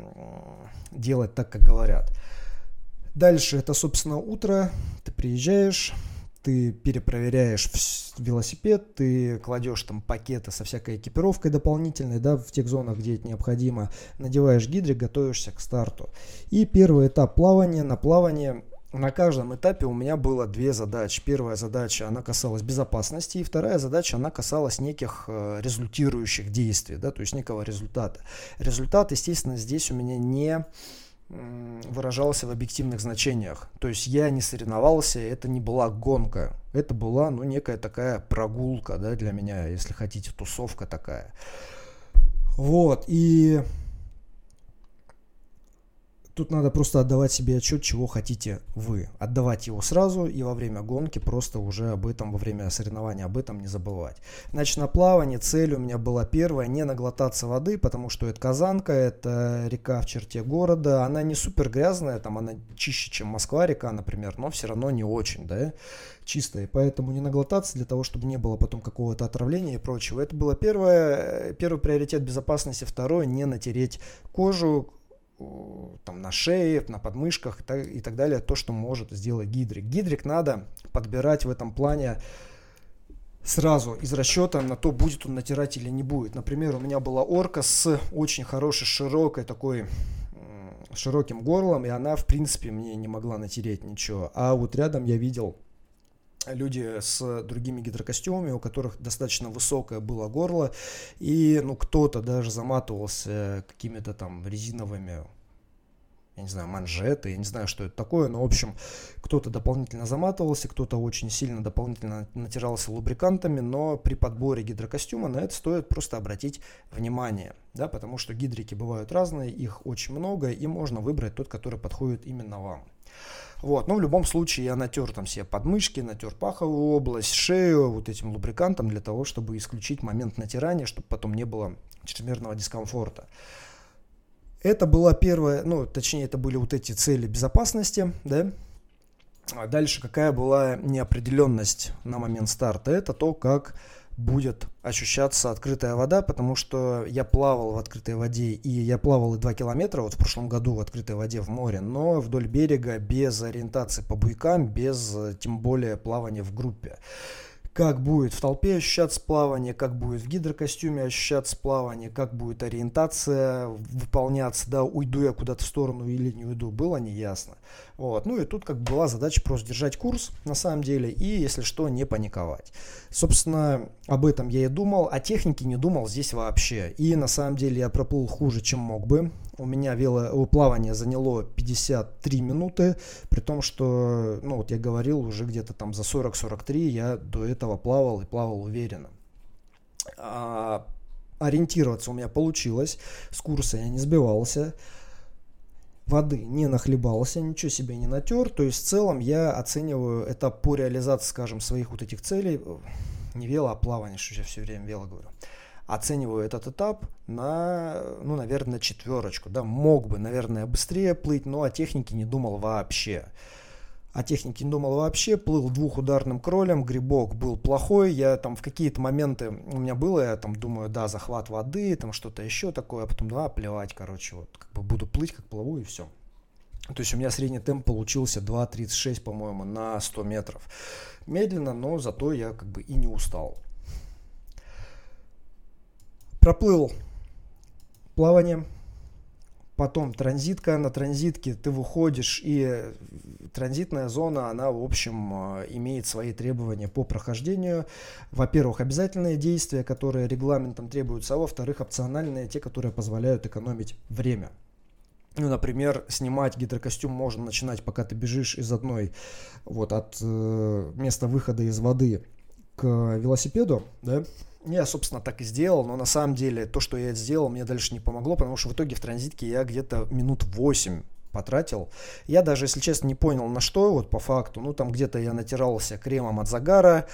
делать так, как говорят. Дальше это, собственно, утро, ты приезжаешь, ты перепроверяешь велосипед, ты кладешь там пакеты со всякой экипировкой дополнительной, да, в тех зонах, где это необходимо, надеваешь гидрик, готовишься к старту. И первый этап плавания. На плавание на каждом этапе у меня было две задачи. Первая задача, она касалась безопасности, и вторая задача, она касалась неких э, результирующих действий, да, то есть некого результата. Результат, естественно, здесь у меня не выражался в объективных значениях. То есть я не соревновался, это не была гонка. Это была, ну, некая такая прогулка, да, для меня, если хотите, тусовка такая. Вот, и тут надо просто отдавать себе отчет, чего хотите вы. Отдавать его сразу и во время гонки, просто уже об этом, во время соревнования, об этом не забывать. Значит, на плавание цель у меня была первая, не наглотаться воды, потому что это Казанка, это река в черте города. Она не супер грязная, там она чище, чем Москва река, например, но все равно не очень, да, чистая. Поэтому не наглотаться для того, чтобы не было потом какого-то отравления и прочего. Это было первое, первый приоритет безопасности. Второй, не натереть кожу, там на шее, на подмышках и так, и так далее, то, что может сделать гидрик. Гидрик надо подбирать в этом плане сразу из расчета на то, будет он натирать или не будет. Например, у меня была орка с очень хорошей, широкой такой, широким горлом, и она, в принципе, мне не могла натереть ничего. А вот рядом я видел люди с другими гидрокостюмами, у которых достаточно высокое было горло, и, ну, кто-то даже заматывался какими-то там резиновыми, я не знаю, манжеты, я не знаю, что это такое, но, в общем, кто-то дополнительно заматывался, кто-то очень сильно дополнительно натирался лубрикантами, но при подборе гидрокостюма на это стоит просто обратить внимание, да, потому что гидрики бывают разные, их очень много, и можно выбрать тот, который подходит именно вам. Вот, но в любом случае я натер там себе подмышки, натер паховую область, шею вот этим лубрикантом для того, чтобы исключить момент натирания, чтобы потом не было чрезмерного дискомфорта. Это была первая, ну, точнее, это были вот эти цели безопасности, да. А дальше какая была неопределенность на момент старта? Это то, как будет ощущаться открытая вода, потому что я плавал в открытой воде, и я плавал и два километра вот в прошлом году в открытой воде в море, но вдоль берега без ориентации по буйкам, без тем более плавания в группе. Как будет в толпе ощущаться плавание, как будет в гидрокостюме ощущаться плавание, как будет ориентация выполняться, да, уйду я куда-то в сторону или не уйду, было неясно. Вот. Ну и тут как бы была задача просто держать курс на самом деле и, если что, не паниковать. Собственно, об этом я и думал, о технике не думал здесь вообще. И на самом деле я проплыл хуже, чем мог бы. У меня вело, плавание заняло пятьдесят три минуты, при том, что, ну вот я говорил, уже где-то там за сорок сорок три я до этого плавал и плавал уверенно. А, ориентироваться у меня получилось, с курса я не сбивался, воды не нахлебался, ничего себе не натер, то есть в целом я оцениваю это по реализации, скажем, своих вот этих целей, не вело, а плавание, что я все время вело говорю. Оцениваю этот этап на, ну, наверное, четверочку. Да, мог бы, наверное, быстрее плыть, но о технике не думал вообще. О технике не думал вообще, плыл двухударным кролем, грибок был плохой, я там в какие-то моменты у меня было, я там думаю, да, захват воды, там что-то еще такое, а потом, да, плевать, короче, вот как бы буду плыть, как плыву и все. То есть у меня средний темп получился два тридцать шесть, по-моему, на сто метров. Медленно, но зато я как бы и не устал. Проплыл плавание, потом транзитка, на транзитке ты выходишь, и транзитная зона, она, в общем, имеет свои требования по прохождению. Во-первых, обязательные действия, которые регламентом требуются, а во-вторых, опциональные, те, которые позволяют экономить время. Ну, например, снимать гидрокостюм можно начинать, пока ты бежишь из одной, вот, от э, места выхода из воды к велосипеду, да. Я, собственно, так и сделал, но на самом деле то, что я сделал, мне дальше не помогло, потому что в итоге в транзитке я где-то минут восемь потратил. Я даже, если честно, не понял на что, вот по факту. Ну, там где-то я натирался кремом от загара,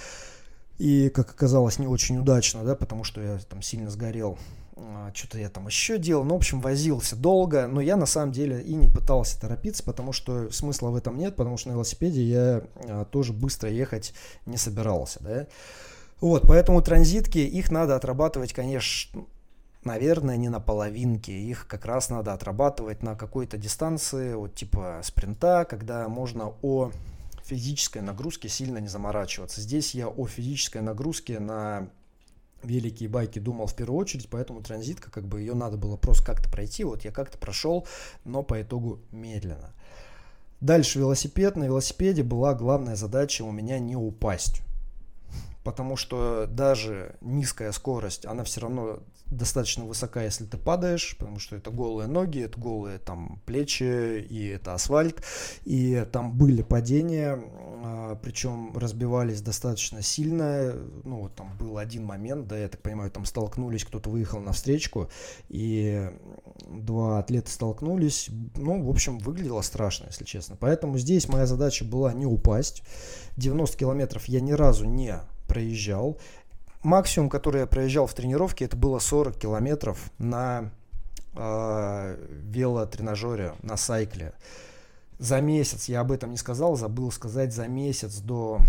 и, как оказалось, не очень удачно, да, потому что я там сильно сгорел. А, что-то я там еще делал, ну, в общем, возился долго, но я на самом деле и не пытался торопиться, потому что смысла в этом нет, потому что на велосипеде я а, тоже быстро ехать не собирался, да. Вот, поэтому транзитки, их надо отрабатывать, конечно, наверное, не на половинке, их как раз надо отрабатывать на какой-то дистанции, вот типа спринта, когда можно о физической нагрузке сильно не заморачиваться. Здесь я о физической нагрузке на великие байки думал в первую очередь, поэтому транзитка, как бы ее надо было просто как-то пройти, вот я как-то прошел, но по итогу медленно. Дальше велосипед, на велосипеде была главная задача у меня не упасть. Потому что даже низкая скорость, она все равно достаточно высока, если ты падаешь, потому что это голые ноги, это голые там плечи, и это асфальт, и там были падения, причем разбивались достаточно сильно, ну вот там был один момент, да, я так понимаю, там столкнулись, кто-то выехал на встречку, и два атлета столкнулись, ну, в общем, выглядело страшно, если честно, поэтому здесь моя задача была не упасть, девяносто километров я ни разу не проезжал. Максимум, который я проезжал в тренировке, это было сорок километров на э, велотренажере, на сайкле. За месяц, я об этом не сказал, забыл сказать, за месяц до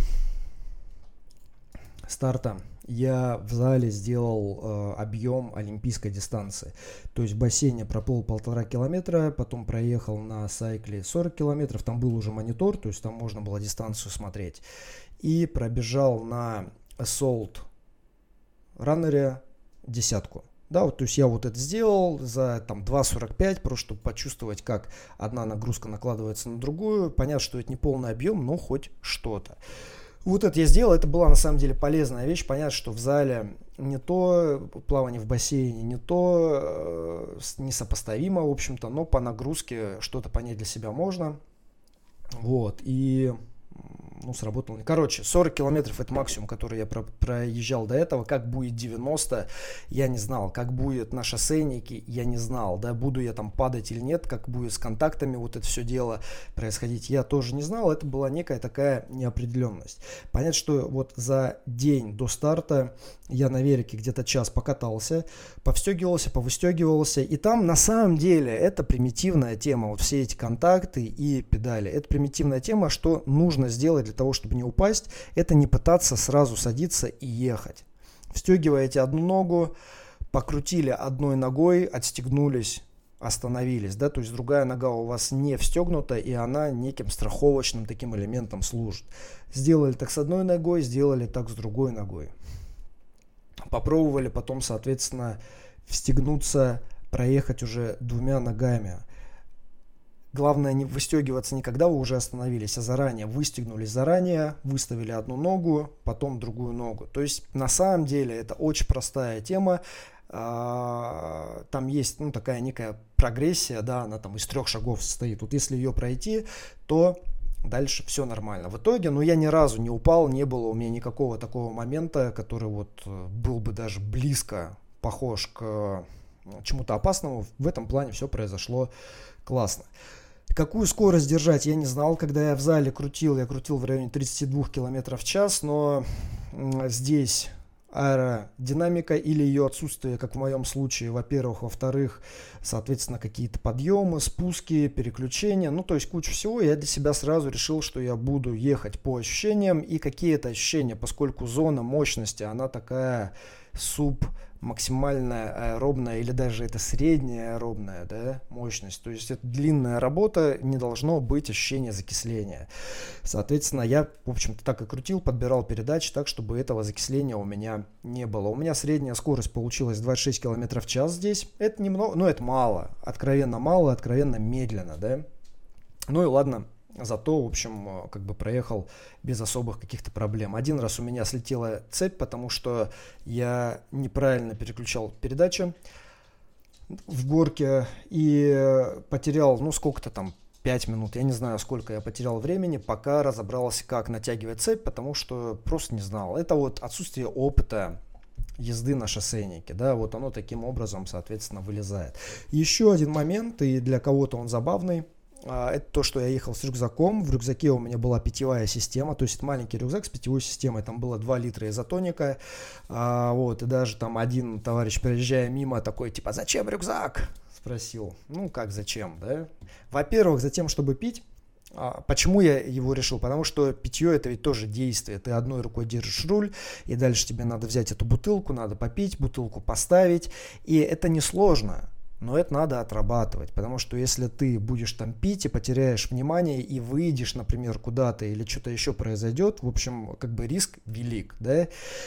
старта я в зале сделал э, объем олимпийской дистанции. То есть в бассейне проплыл полтора километра, потом проехал на сайкле сорок километров, там был уже монитор, то есть там можно было дистанцию смотреть. И пробежал на Assault раннере десятку. Да, вот, то есть я вот это сделал за там два сорок пять, просто чтобы почувствовать, как одна нагрузка накладывается на другую. Понятно, что это не полный объем, но хоть что-то. Вот это я сделал, это была на самом деле полезная вещь. Понятно, что в зале не то плавание в бассейне, не то э, несопоставимо, в общем-то, но по нагрузке что-то понять для себя можно. Вот, и ну, сработало. Короче, сорок километров это максимум, который я про- проезжал до этого. Как будет девяносто, я не знал. Как будет на шоссейнике, я не знал. Да, буду я там падать или нет, как будет с контактами вот это все дело происходить, я тоже не знал. Это была некая такая неопределенность. Понятно, что вот за день до старта я на велике где-то час покатался, повстегивался, повыстегивался. И там на самом деле это примитивная тема. Вот все эти контакты и педали. Это примитивная тема, что нужно сделать для того, чтобы не упасть. Это не пытаться сразу садиться и ехать. Встегиваете одну ногу, покрутили одной ногой, отстегнулись, остановились. Да? То есть другая нога у вас не встегнута, и она неким страховочным таким элементом служит. Сделали так с одной ногой, сделали так с другой ногой. Попробовали потом, соответственно, встегнуться, проехать уже двумя ногами. Главное не выстегиваться не когда вы уже остановились, а заранее. Выстегнулись заранее, выставили одну ногу, потом другую ногу. То есть на самом деле это очень простая тема. Там есть ну, такая некая прогрессия, да, она там из трех шагов состоит. Вот если ее пройти, то дальше все нормально. В итоге, ну, я ни разу не упал, не было у меня никакого такого момента, который вот был бы даже близко похож к чему-то опасному. В этом плане все произошло классно. Какую скорость держать, я не знал, когда я в зале крутил, я крутил в районе тридцать два километра в час, но здесь аэродинамика или ее отсутствие, как в моем случае, во-первых, во-вторых, соответственно, какие-то подъемы, спуски, переключения, ну, то есть куча всего, я для себя сразу решил, что я буду ехать по ощущениям, и какие-то ощущения, поскольку зона мощности, она такая суб максимальная аэробная или даже это средняя аэробная, да, мощность. То есть это длинная работа, не должно быть ощущения закисления. Соответственно, я, в общем-то, так и крутил, подбирал передачи так, чтобы этого закисления у меня не было. У меня средняя скорость получилась двадцать шесть километров в час здесь. Это немного, но это мало, откровенно мало, откровенно медленно, да. Ну и ладно. Зато, в общем, как бы проехал без особых каких-то проблем. Один раз у меня слетела цепь, потому что я неправильно переключал передачи в горке и потерял, ну, сколько-то там, пять минут. Я не знаю, сколько я потерял времени, пока разобрался, как натягивать цепь, потому что просто не знал. Это вот отсутствие опыта езды на шоссейнике, да, вот оно таким образом, соответственно, вылезает. Еще один момент, и для кого-то он забавный. Это то, что я ехал с рюкзаком. В рюкзаке у меня была питьевая система, то есть это маленький рюкзак с питьевой системой. Там было два литра изотоника. А, вот, и даже там один товарищ, проезжая мимо, такой, типа, зачем рюкзак? Спросил. Ну, как зачем, да? Во-первых, за тем, чтобы пить. А, почему я его решил? Потому что питье это ведь тоже действие. Ты одной рукой держишь руль, и дальше тебе надо взять эту бутылку, надо попить, бутылку поставить. И это несложно. Но это надо отрабатывать, потому что если ты будешь там пить и потеряешь внимание и выйдешь, например, куда-то или что-то еще произойдет, в общем, как бы риск велик, да.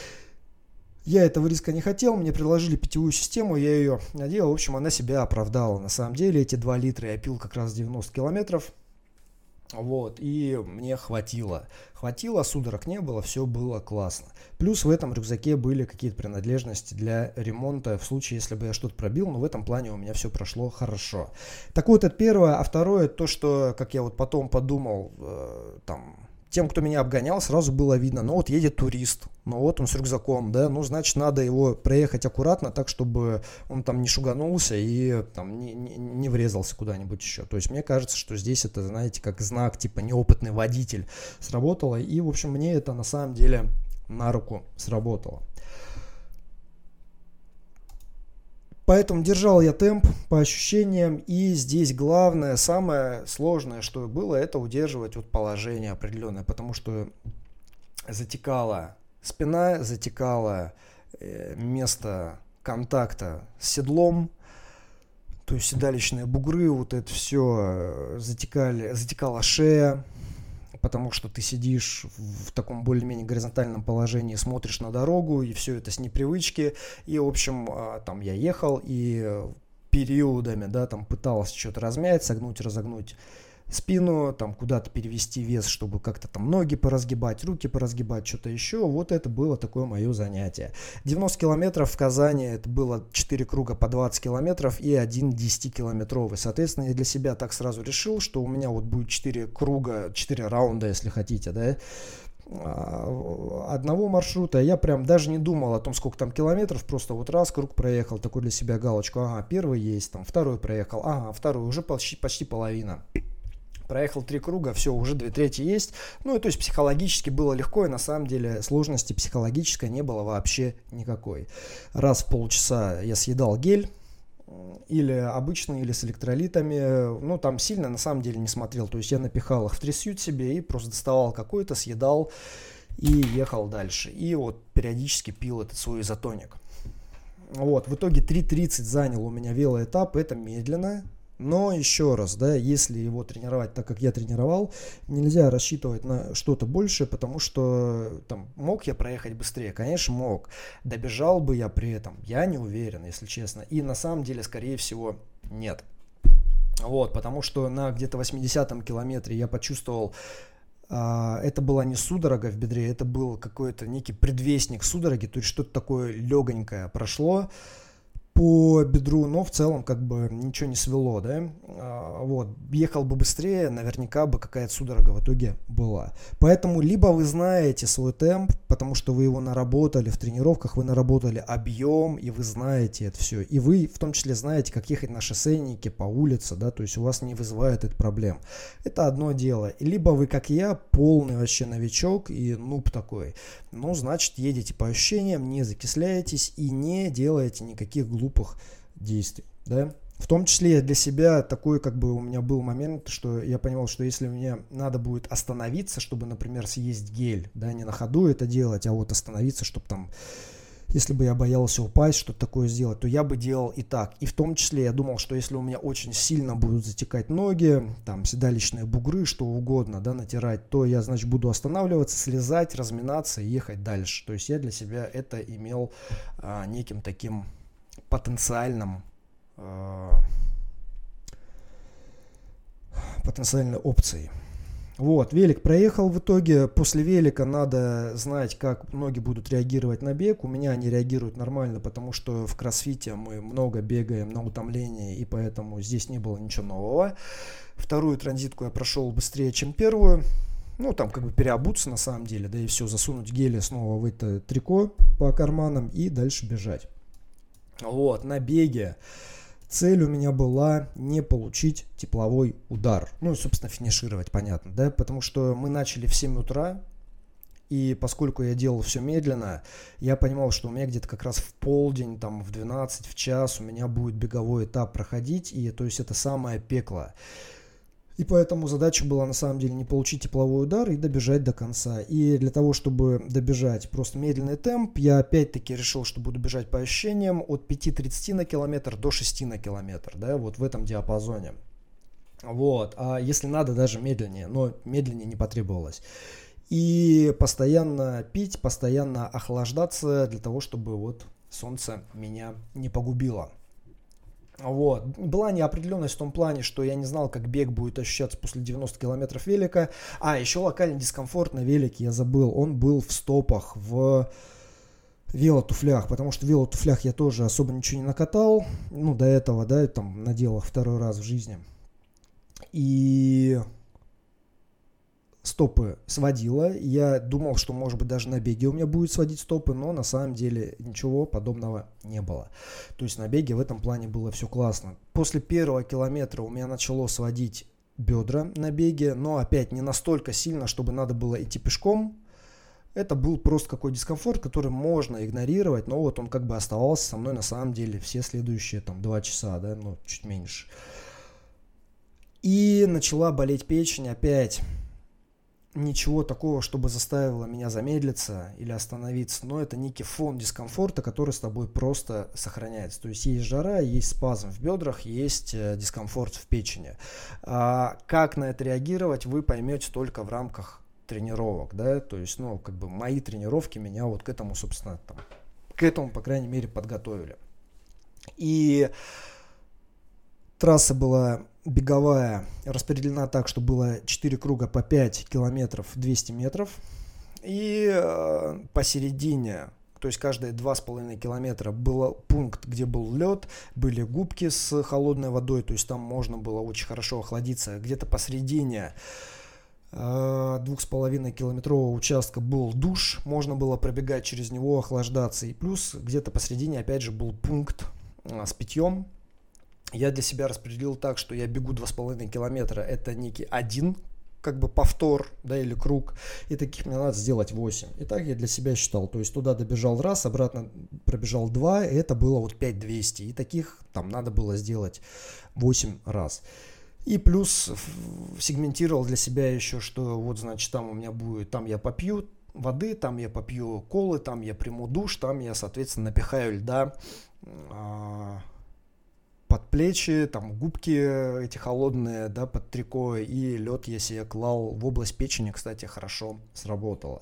Я этого риска не хотел, мне предложили питьевую систему, я ее надел, в общем, она себя оправдала. На самом деле эти два литра я пил как раз девяносто километров. Вот, и мне хватило. Хватило, судорог не было, все было классно. Плюс в этом рюкзаке были какие-то принадлежности для ремонта, в случае, если бы я что-то пробил, но в этом плане у меня все прошло хорошо. Так вот, это первое. А второе, то, что, как я вот потом подумал, э, там, тем, кто меня обгонял, сразу было видно, ну вот едет турист, ну вот он с рюкзаком, да, ну значит надо его проехать аккуратно, так, чтобы он там не шуганулся и там не, не, не врезался куда-нибудь еще. То есть мне кажется, что здесь это, знаете, как знак, типа неопытный водитель сработало, и, в общем, мне это на самом деле на руку сработало. Поэтому держал я темп по ощущениям, и здесь главное, самое сложное, что было, это удерживать вот положение определенное, потому что затекала спина, затекало место контакта с седлом, то есть седалищные бугры, вот это все, затекали, затекала шея, потому что ты сидишь в таком более-менее горизонтальном положении, смотришь на дорогу, и все это с непривычки. И, в общем, там я ехал, и периодами, да, там пытался что-то размять, согнуть, разогнуть спину, там куда-то перевести вес, чтобы как-то там ноги поразгибать, руки поразгибать, что-то еще. Вот это было такое мое занятие. девяносто километров в Казани, это было четыре круга по двадцать километров и один десятикилометровый. Соответственно, я для себя так сразу решил, что у меня вот будет четыре круга, четыре раунда, если хотите, да, одного маршрута. Я прям даже не думал о том, сколько там километров, просто вот раз круг проехал, такой для себя галочку, ага, первый есть, там второй проехал, ага, второй уже почти, почти половина. Проехал три круга, все, уже две трети есть. Ну, и то есть психологически было легко, и на самом деле сложности психологической не было вообще никакой. Раз в полчаса я съедал гель, или обычный, или с электролитами. Ну, там сильно на самом деле не смотрел. То есть я напихал их в трясют себе и просто доставал какой-то, съедал и ехал дальше. И вот периодически пил этот свой изотоник. Вот, в итоге три тридцать занял у меня велоэтап, это медленно. Но еще раз, да, если его тренировать так, как я тренировал, нельзя рассчитывать на что-то большее, потому что там мог я проехать быстрее, конечно, мог. Добежал бы я при этом, я не уверен, если честно. И на самом деле, скорее всего, нет. Вот, потому что на где-то восьмидесятом километре я почувствовал, а, это была не судорога в бедре, это был какой-то некий предвестник судороги, то есть что-то такое легонькое прошло по бедру, но в целом как бы ничего не свело, да, а, вот, ехал бы быстрее, наверняка бы какая-то судорога в итоге была. Поэтому либо вы знаете свой темп, потому что вы его наработали в тренировках, вы наработали объем, и вы знаете это все, и вы в том числе знаете, как ехать на шоссейнике по улице, да, то есть у вас не вызывает это проблем. Это одно дело. Либо вы, как я, полный вообще новичок и нуб такой, ну, значит, едете по ощущениям, не закисляетесь и не делаете никаких глупостей, глупых действий, да. В том числе я для себя такой, как бы у меня был момент, что я понимал, что если мне надо будет остановиться, чтобы, например, съесть гель, да, не на ходу это делать, а вот остановиться, чтобы там, если бы я боялся упасть, что-то такое сделать, то я бы делал и так. И в том числе я думал, что если у меня очень сильно будут затекать ноги, там седалищные бугры, что угодно, да, натирать, то я, значит, буду останавливаться, слезать, разминаться и ехать дальше. То есть я для себя это имел а, неким таким потенциальным э, потенциальной опцией. Вот, велик проехал в итоге. После велика надо знать, как ноги будут реагировать на бег. У меня они реагируют нормально, потому что в кроссфите мы много бегаем на утомление, и поэтому здесь не было ничего нового. Вторую транзитку я прошел быстрее, чем первую. Ну, там как бы переобуться на самом деле, да и все, засунуть гели снова в это трико по карманам и дальше бежать. Вот, на беге цель у меня была не получить тепловой удар. Ну и, собственно, финишировать, понятно, да, потому что мы начали в семь утра, и поскольку я делал все медленно, я понимал, что у меня где-то как раз в полдень, там в двенадцать, в час у меня будет беговой этап проходить, и то есть это самое пекло. И поэтому задача была на самом деле не получить тепловой удар и добежать до конца. И для того, чтобы добежать просто медленный темп, я опять-таки решил, что буду бежать по ощущениям от пяти тридцати на километр до шести на километр, да, вот в этом диапазоне. Вот, а если надо, даже медленнее, но медленнее не потребовалось. И постоянно пить, постоянно охлаждаться для того, чтобы вот солнце меня не погубило. Вот. Была неопределенность в том плане, что я не знал, как бег будет ощущаться после девяноста километров велика. А, еще локальный дискомфорт на велике я забыл. Он был в стопах, в велотуфлях, потому что в велотуфлях я тоже особо ничего не накатал. Ну, до этого, да, там надел их второй раз в жизни. И стопы сводило. Я думал, что, может быть, даже на беге у меня будет сводить стопы, но на самом деле ничего подобного не было. То есть на беге в этом плане было все классно. После первого километра у меня начало сводить бедра на беге, но опять не настолько сильно, чтобы надо было идти пешком. Это был просто какой дискомфорт, который можно игнорировать, но вот он как бы оставался со мной на самом деле все следующие там два часа, да, ну чуть меньше. И начала болеть печень опять. ничего такого, чтобы заставило меня замедлиться или остановиться, но это некий фон дискомфорта, который с тобой просто сохраняется. То есть есть жара, есть спазм в бедрах, есть дискомфорт в печени. А как на это реагировать, вы поймете только в рамках тренировок, да, то есть, ну, как бы мои тренировки меня вот к этому, собственно, там, к этому, по крайней мере, подготовили. И трасса была беговая, распределена так, что было четыре круга по пять километров двести метров. И э, посередине, то есть каждые два с половиной километра был пункт, где был лед, были губки с холодной водой, то есть там можно было очень хорошо охладиться. Где-то посередине э, двух с половиной километрового участка был душ, можно было пробегать через него, охлаждаться. И плюс где-то посередине опять же был пункт э, с питьем. Я для себя распределил так, что я бегу два с половиной километра, это некий один, как бы повтор, да, или круг, и таких мне надо сделать восемь. И так я для себя считал, то есть туда добежал раз, обратно пробежал два, и это было вот пять двести, и таких там надо было сделать восемь раз. И плюс сегментировал для себя еще, что вот, значит, там у меня будет, там я попью воды, там я попью колы, там я приму душ, там я, соответственно, напихаю льда под плечи, там губки эти холодные, да, под трико, и лед я себе клал в область печени, кстати, хорошо сработало.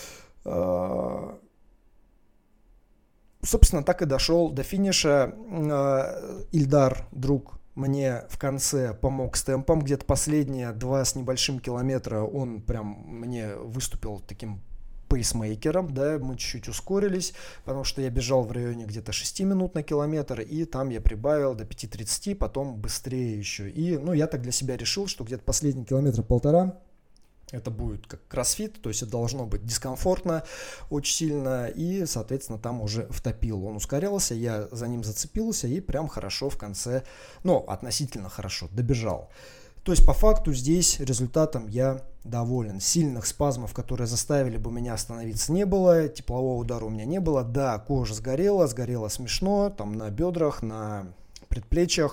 Собственно, так и дошел до финиша. Ильдар, друг, мне в конце помог с темпом, где-то последние два с небольшим километра он прям мне выступил таким пейсмейкером, да, мы чуть-чуть ускорились, потому что я бежал в районе где-то шесть минут на километр, и там я прибавил до пять тридцать, потом быстрее еще. И, ну, я так для себя решил, что где-то последний километр полтора это будет как кроссфит, то есть это должно быть дискомфортно очень сильно, и, соответственно, там уже втопил. Он ускорялся, я за ним зацепился и прям хорошо в конце, ну, относительно хорошо добежал. То есть, по факту, здесь результатом я доволен. Сильных спазмов, которые заставили бы меня остановиться, не было. Теплового удара у меня не было. Да, кожа сгорела, сгорела смешно, там на бедрах, на предплечьях,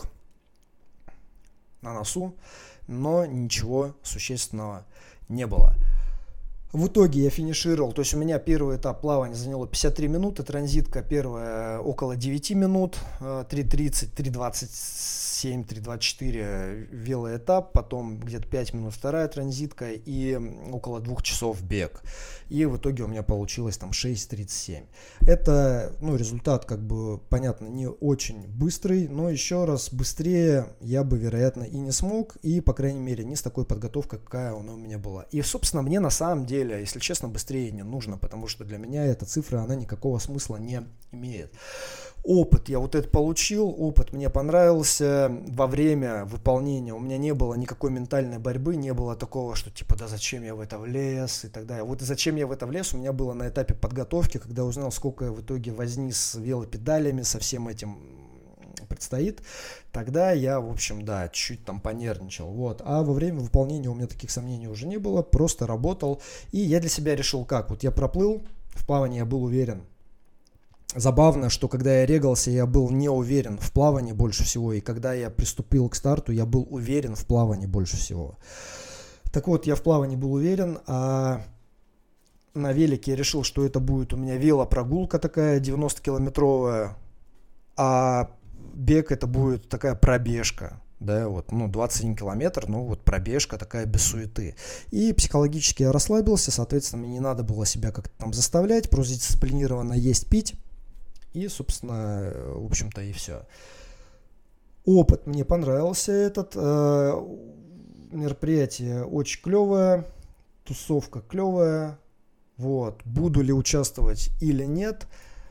на носу, но ничего существенного не было. В итоге я финишировал, то есть у меня первый этап плавания заняло пятьдесят три минуты, транзитка первая около девять минут, три тридцать, три двадцать семь, три двадцать четыре велоэтап, потом где-то пять минут вторая транзитка и около двух часов бег. И в итоге у меня получилось там шесть тридцать семь. Это, ну, результат, как бы, понятно, не очень быстрый, но еще раз, быстрее я бы, вероятно, и не смог, и, по крайней мере, не с такой подготовкой, какая она у меня была. И, собственно, мне на самом деле, если честно, быстрее не нужно, потому что для меня эта цифра, она никакого смысла не имеет. Опыт я вот это получил, опыт мне понравился. Во время выполнения у меня не было никакой ментальной борьбы, не было такого, что типа, да зачем я в это влез и так далее. Вот зачем я в это влез у меня было на этапе подготовки, когда узнал, сколько я в итоге возни с велопедалями, со всем этим предстоит, тогда я, в общем, да, чуть-чуть там понервничал, вот, а во время выполнения у меня таких сомнений уже не было, просто работал, и я для себя решил как, вот я проплыл, в плавании я был уверен. Забавно, что когда я регался, я был не уверен в плавании больше всего, и когда я приступил к старту, я был уверен в плавании больше всего. Так вот, я в плавании был уверен, а на велике я решил, что это будет у меня велопрогулка такая девяностокилометровая, а бег это будет такая пробежка, да, вот, ну, двадцать один километр, ну, вот пробежка такая без суеты. И психологически я расслабился, соответственно, мне не надо было себя как-то там заставлять, просто дисциплинированно есть, пить, и, собственно, в общем-то, и все. Опыт мне понравился этот, э, мероприятие очень клевое, тусовка клевая, вот, буду ли участвовать или нет,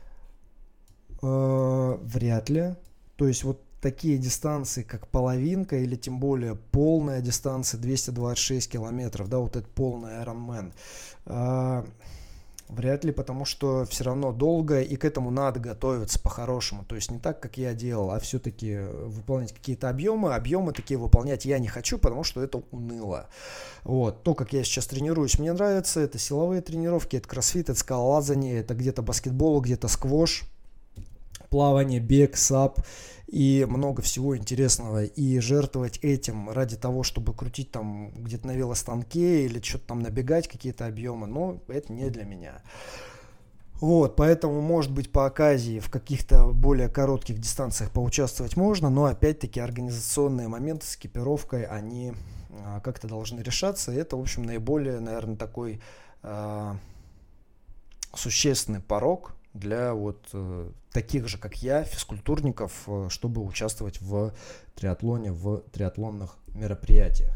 э, вряд ли. То есть вот такие дистанции, как половинка или тем более полная дистанция двести двадцать шесть километров, да, вот это полный Ironman, э, вряд ли, потому что все равно долго, и к этому надо готовиться по-хорошему. То есть не так, как я делал, а все-таки выполнять какие-то объемы. Объемы такие выполнять я не хочу, потому что это уныло. Вот. То, как я сейчас тренируюсь, мне нравится. Это силовые тренировки, это кроссфит, это скалолазание, это где-то баскетбол, где-то сквош. плавание, бег, сап и много всего интересного. И жертвовать этим ради того, чтобы крутить там где-то на велостанке или что-то там набегать, какие-то объемы, но это не для меня. Вот, поэтому, может быть, по оказии в каких-то более коротких дистанциях поучаствовать можно, но опять-таки организационные моменты с экипировкой, они а, как-то должны решаться. И это, в общем, наиболее, наверное, такой а, существенный порог для вот э, таких же, как я, физкультурников, э, чтобы участвовать в триатлоне, в триатлонных мероприятиях.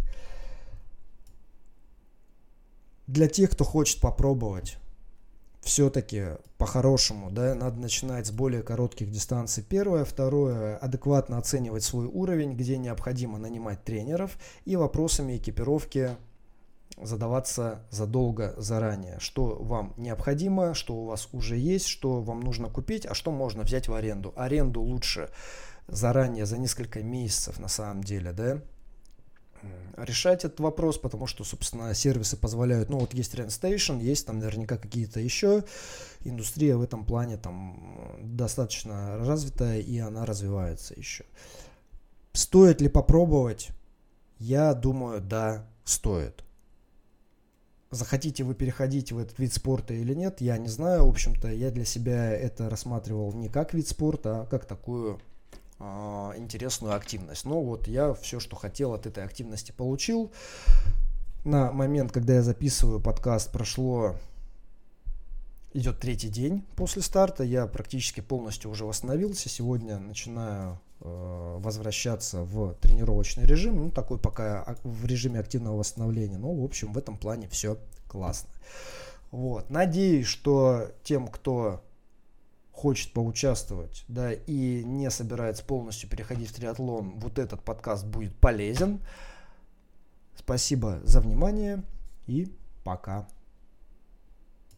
Для тех, кто хочет попробовать, все-таки по-хорошему, да, надо начинать с более коротких дистанций. Первое. Второе. Адекватно оценивать свой уровень, где необходимо нанимать тренеров и вопросами экипировки задаваться задолго заранее. Что вам необходимо, что у вас уже есть, что вам нужно купить, а что можно взять в аренду. Аренду лучше заранее, за несколько месяцев на самом деле, да, решать этот вопрос, потому что, собственно, сервисы позволяют, ну вот есть Rentstation, есть там наверняка какие-то еще, индустрия в этом плане там достаточно развитая и она развивается еще. Стоит ли попробовать? Я думаю, да, стоит. Захотите вы переходить в этот вид спорта или нет, я не знаю. В общем-то, я для себя это рассматривал не как вид спорта, а как такую интересную активность. Но вот я все, что хотел от этой активности, получил. На момент, когда я записываю подкаст, прошло, идет третий день после старта. Я практически полностью уже восстановился. Сегодня начинаю э, возвращаться в тренировочный режим. Ну, такой пока в режиме активного восстановления. Но, в общем, в этом плане все классно. Вот. Надеюсь, что тем, кто хочет поучаствовать, да, и не собирается полностью переходить в триатлон, вот этот подкаст будет полезен. Спасибо за внимание и пока.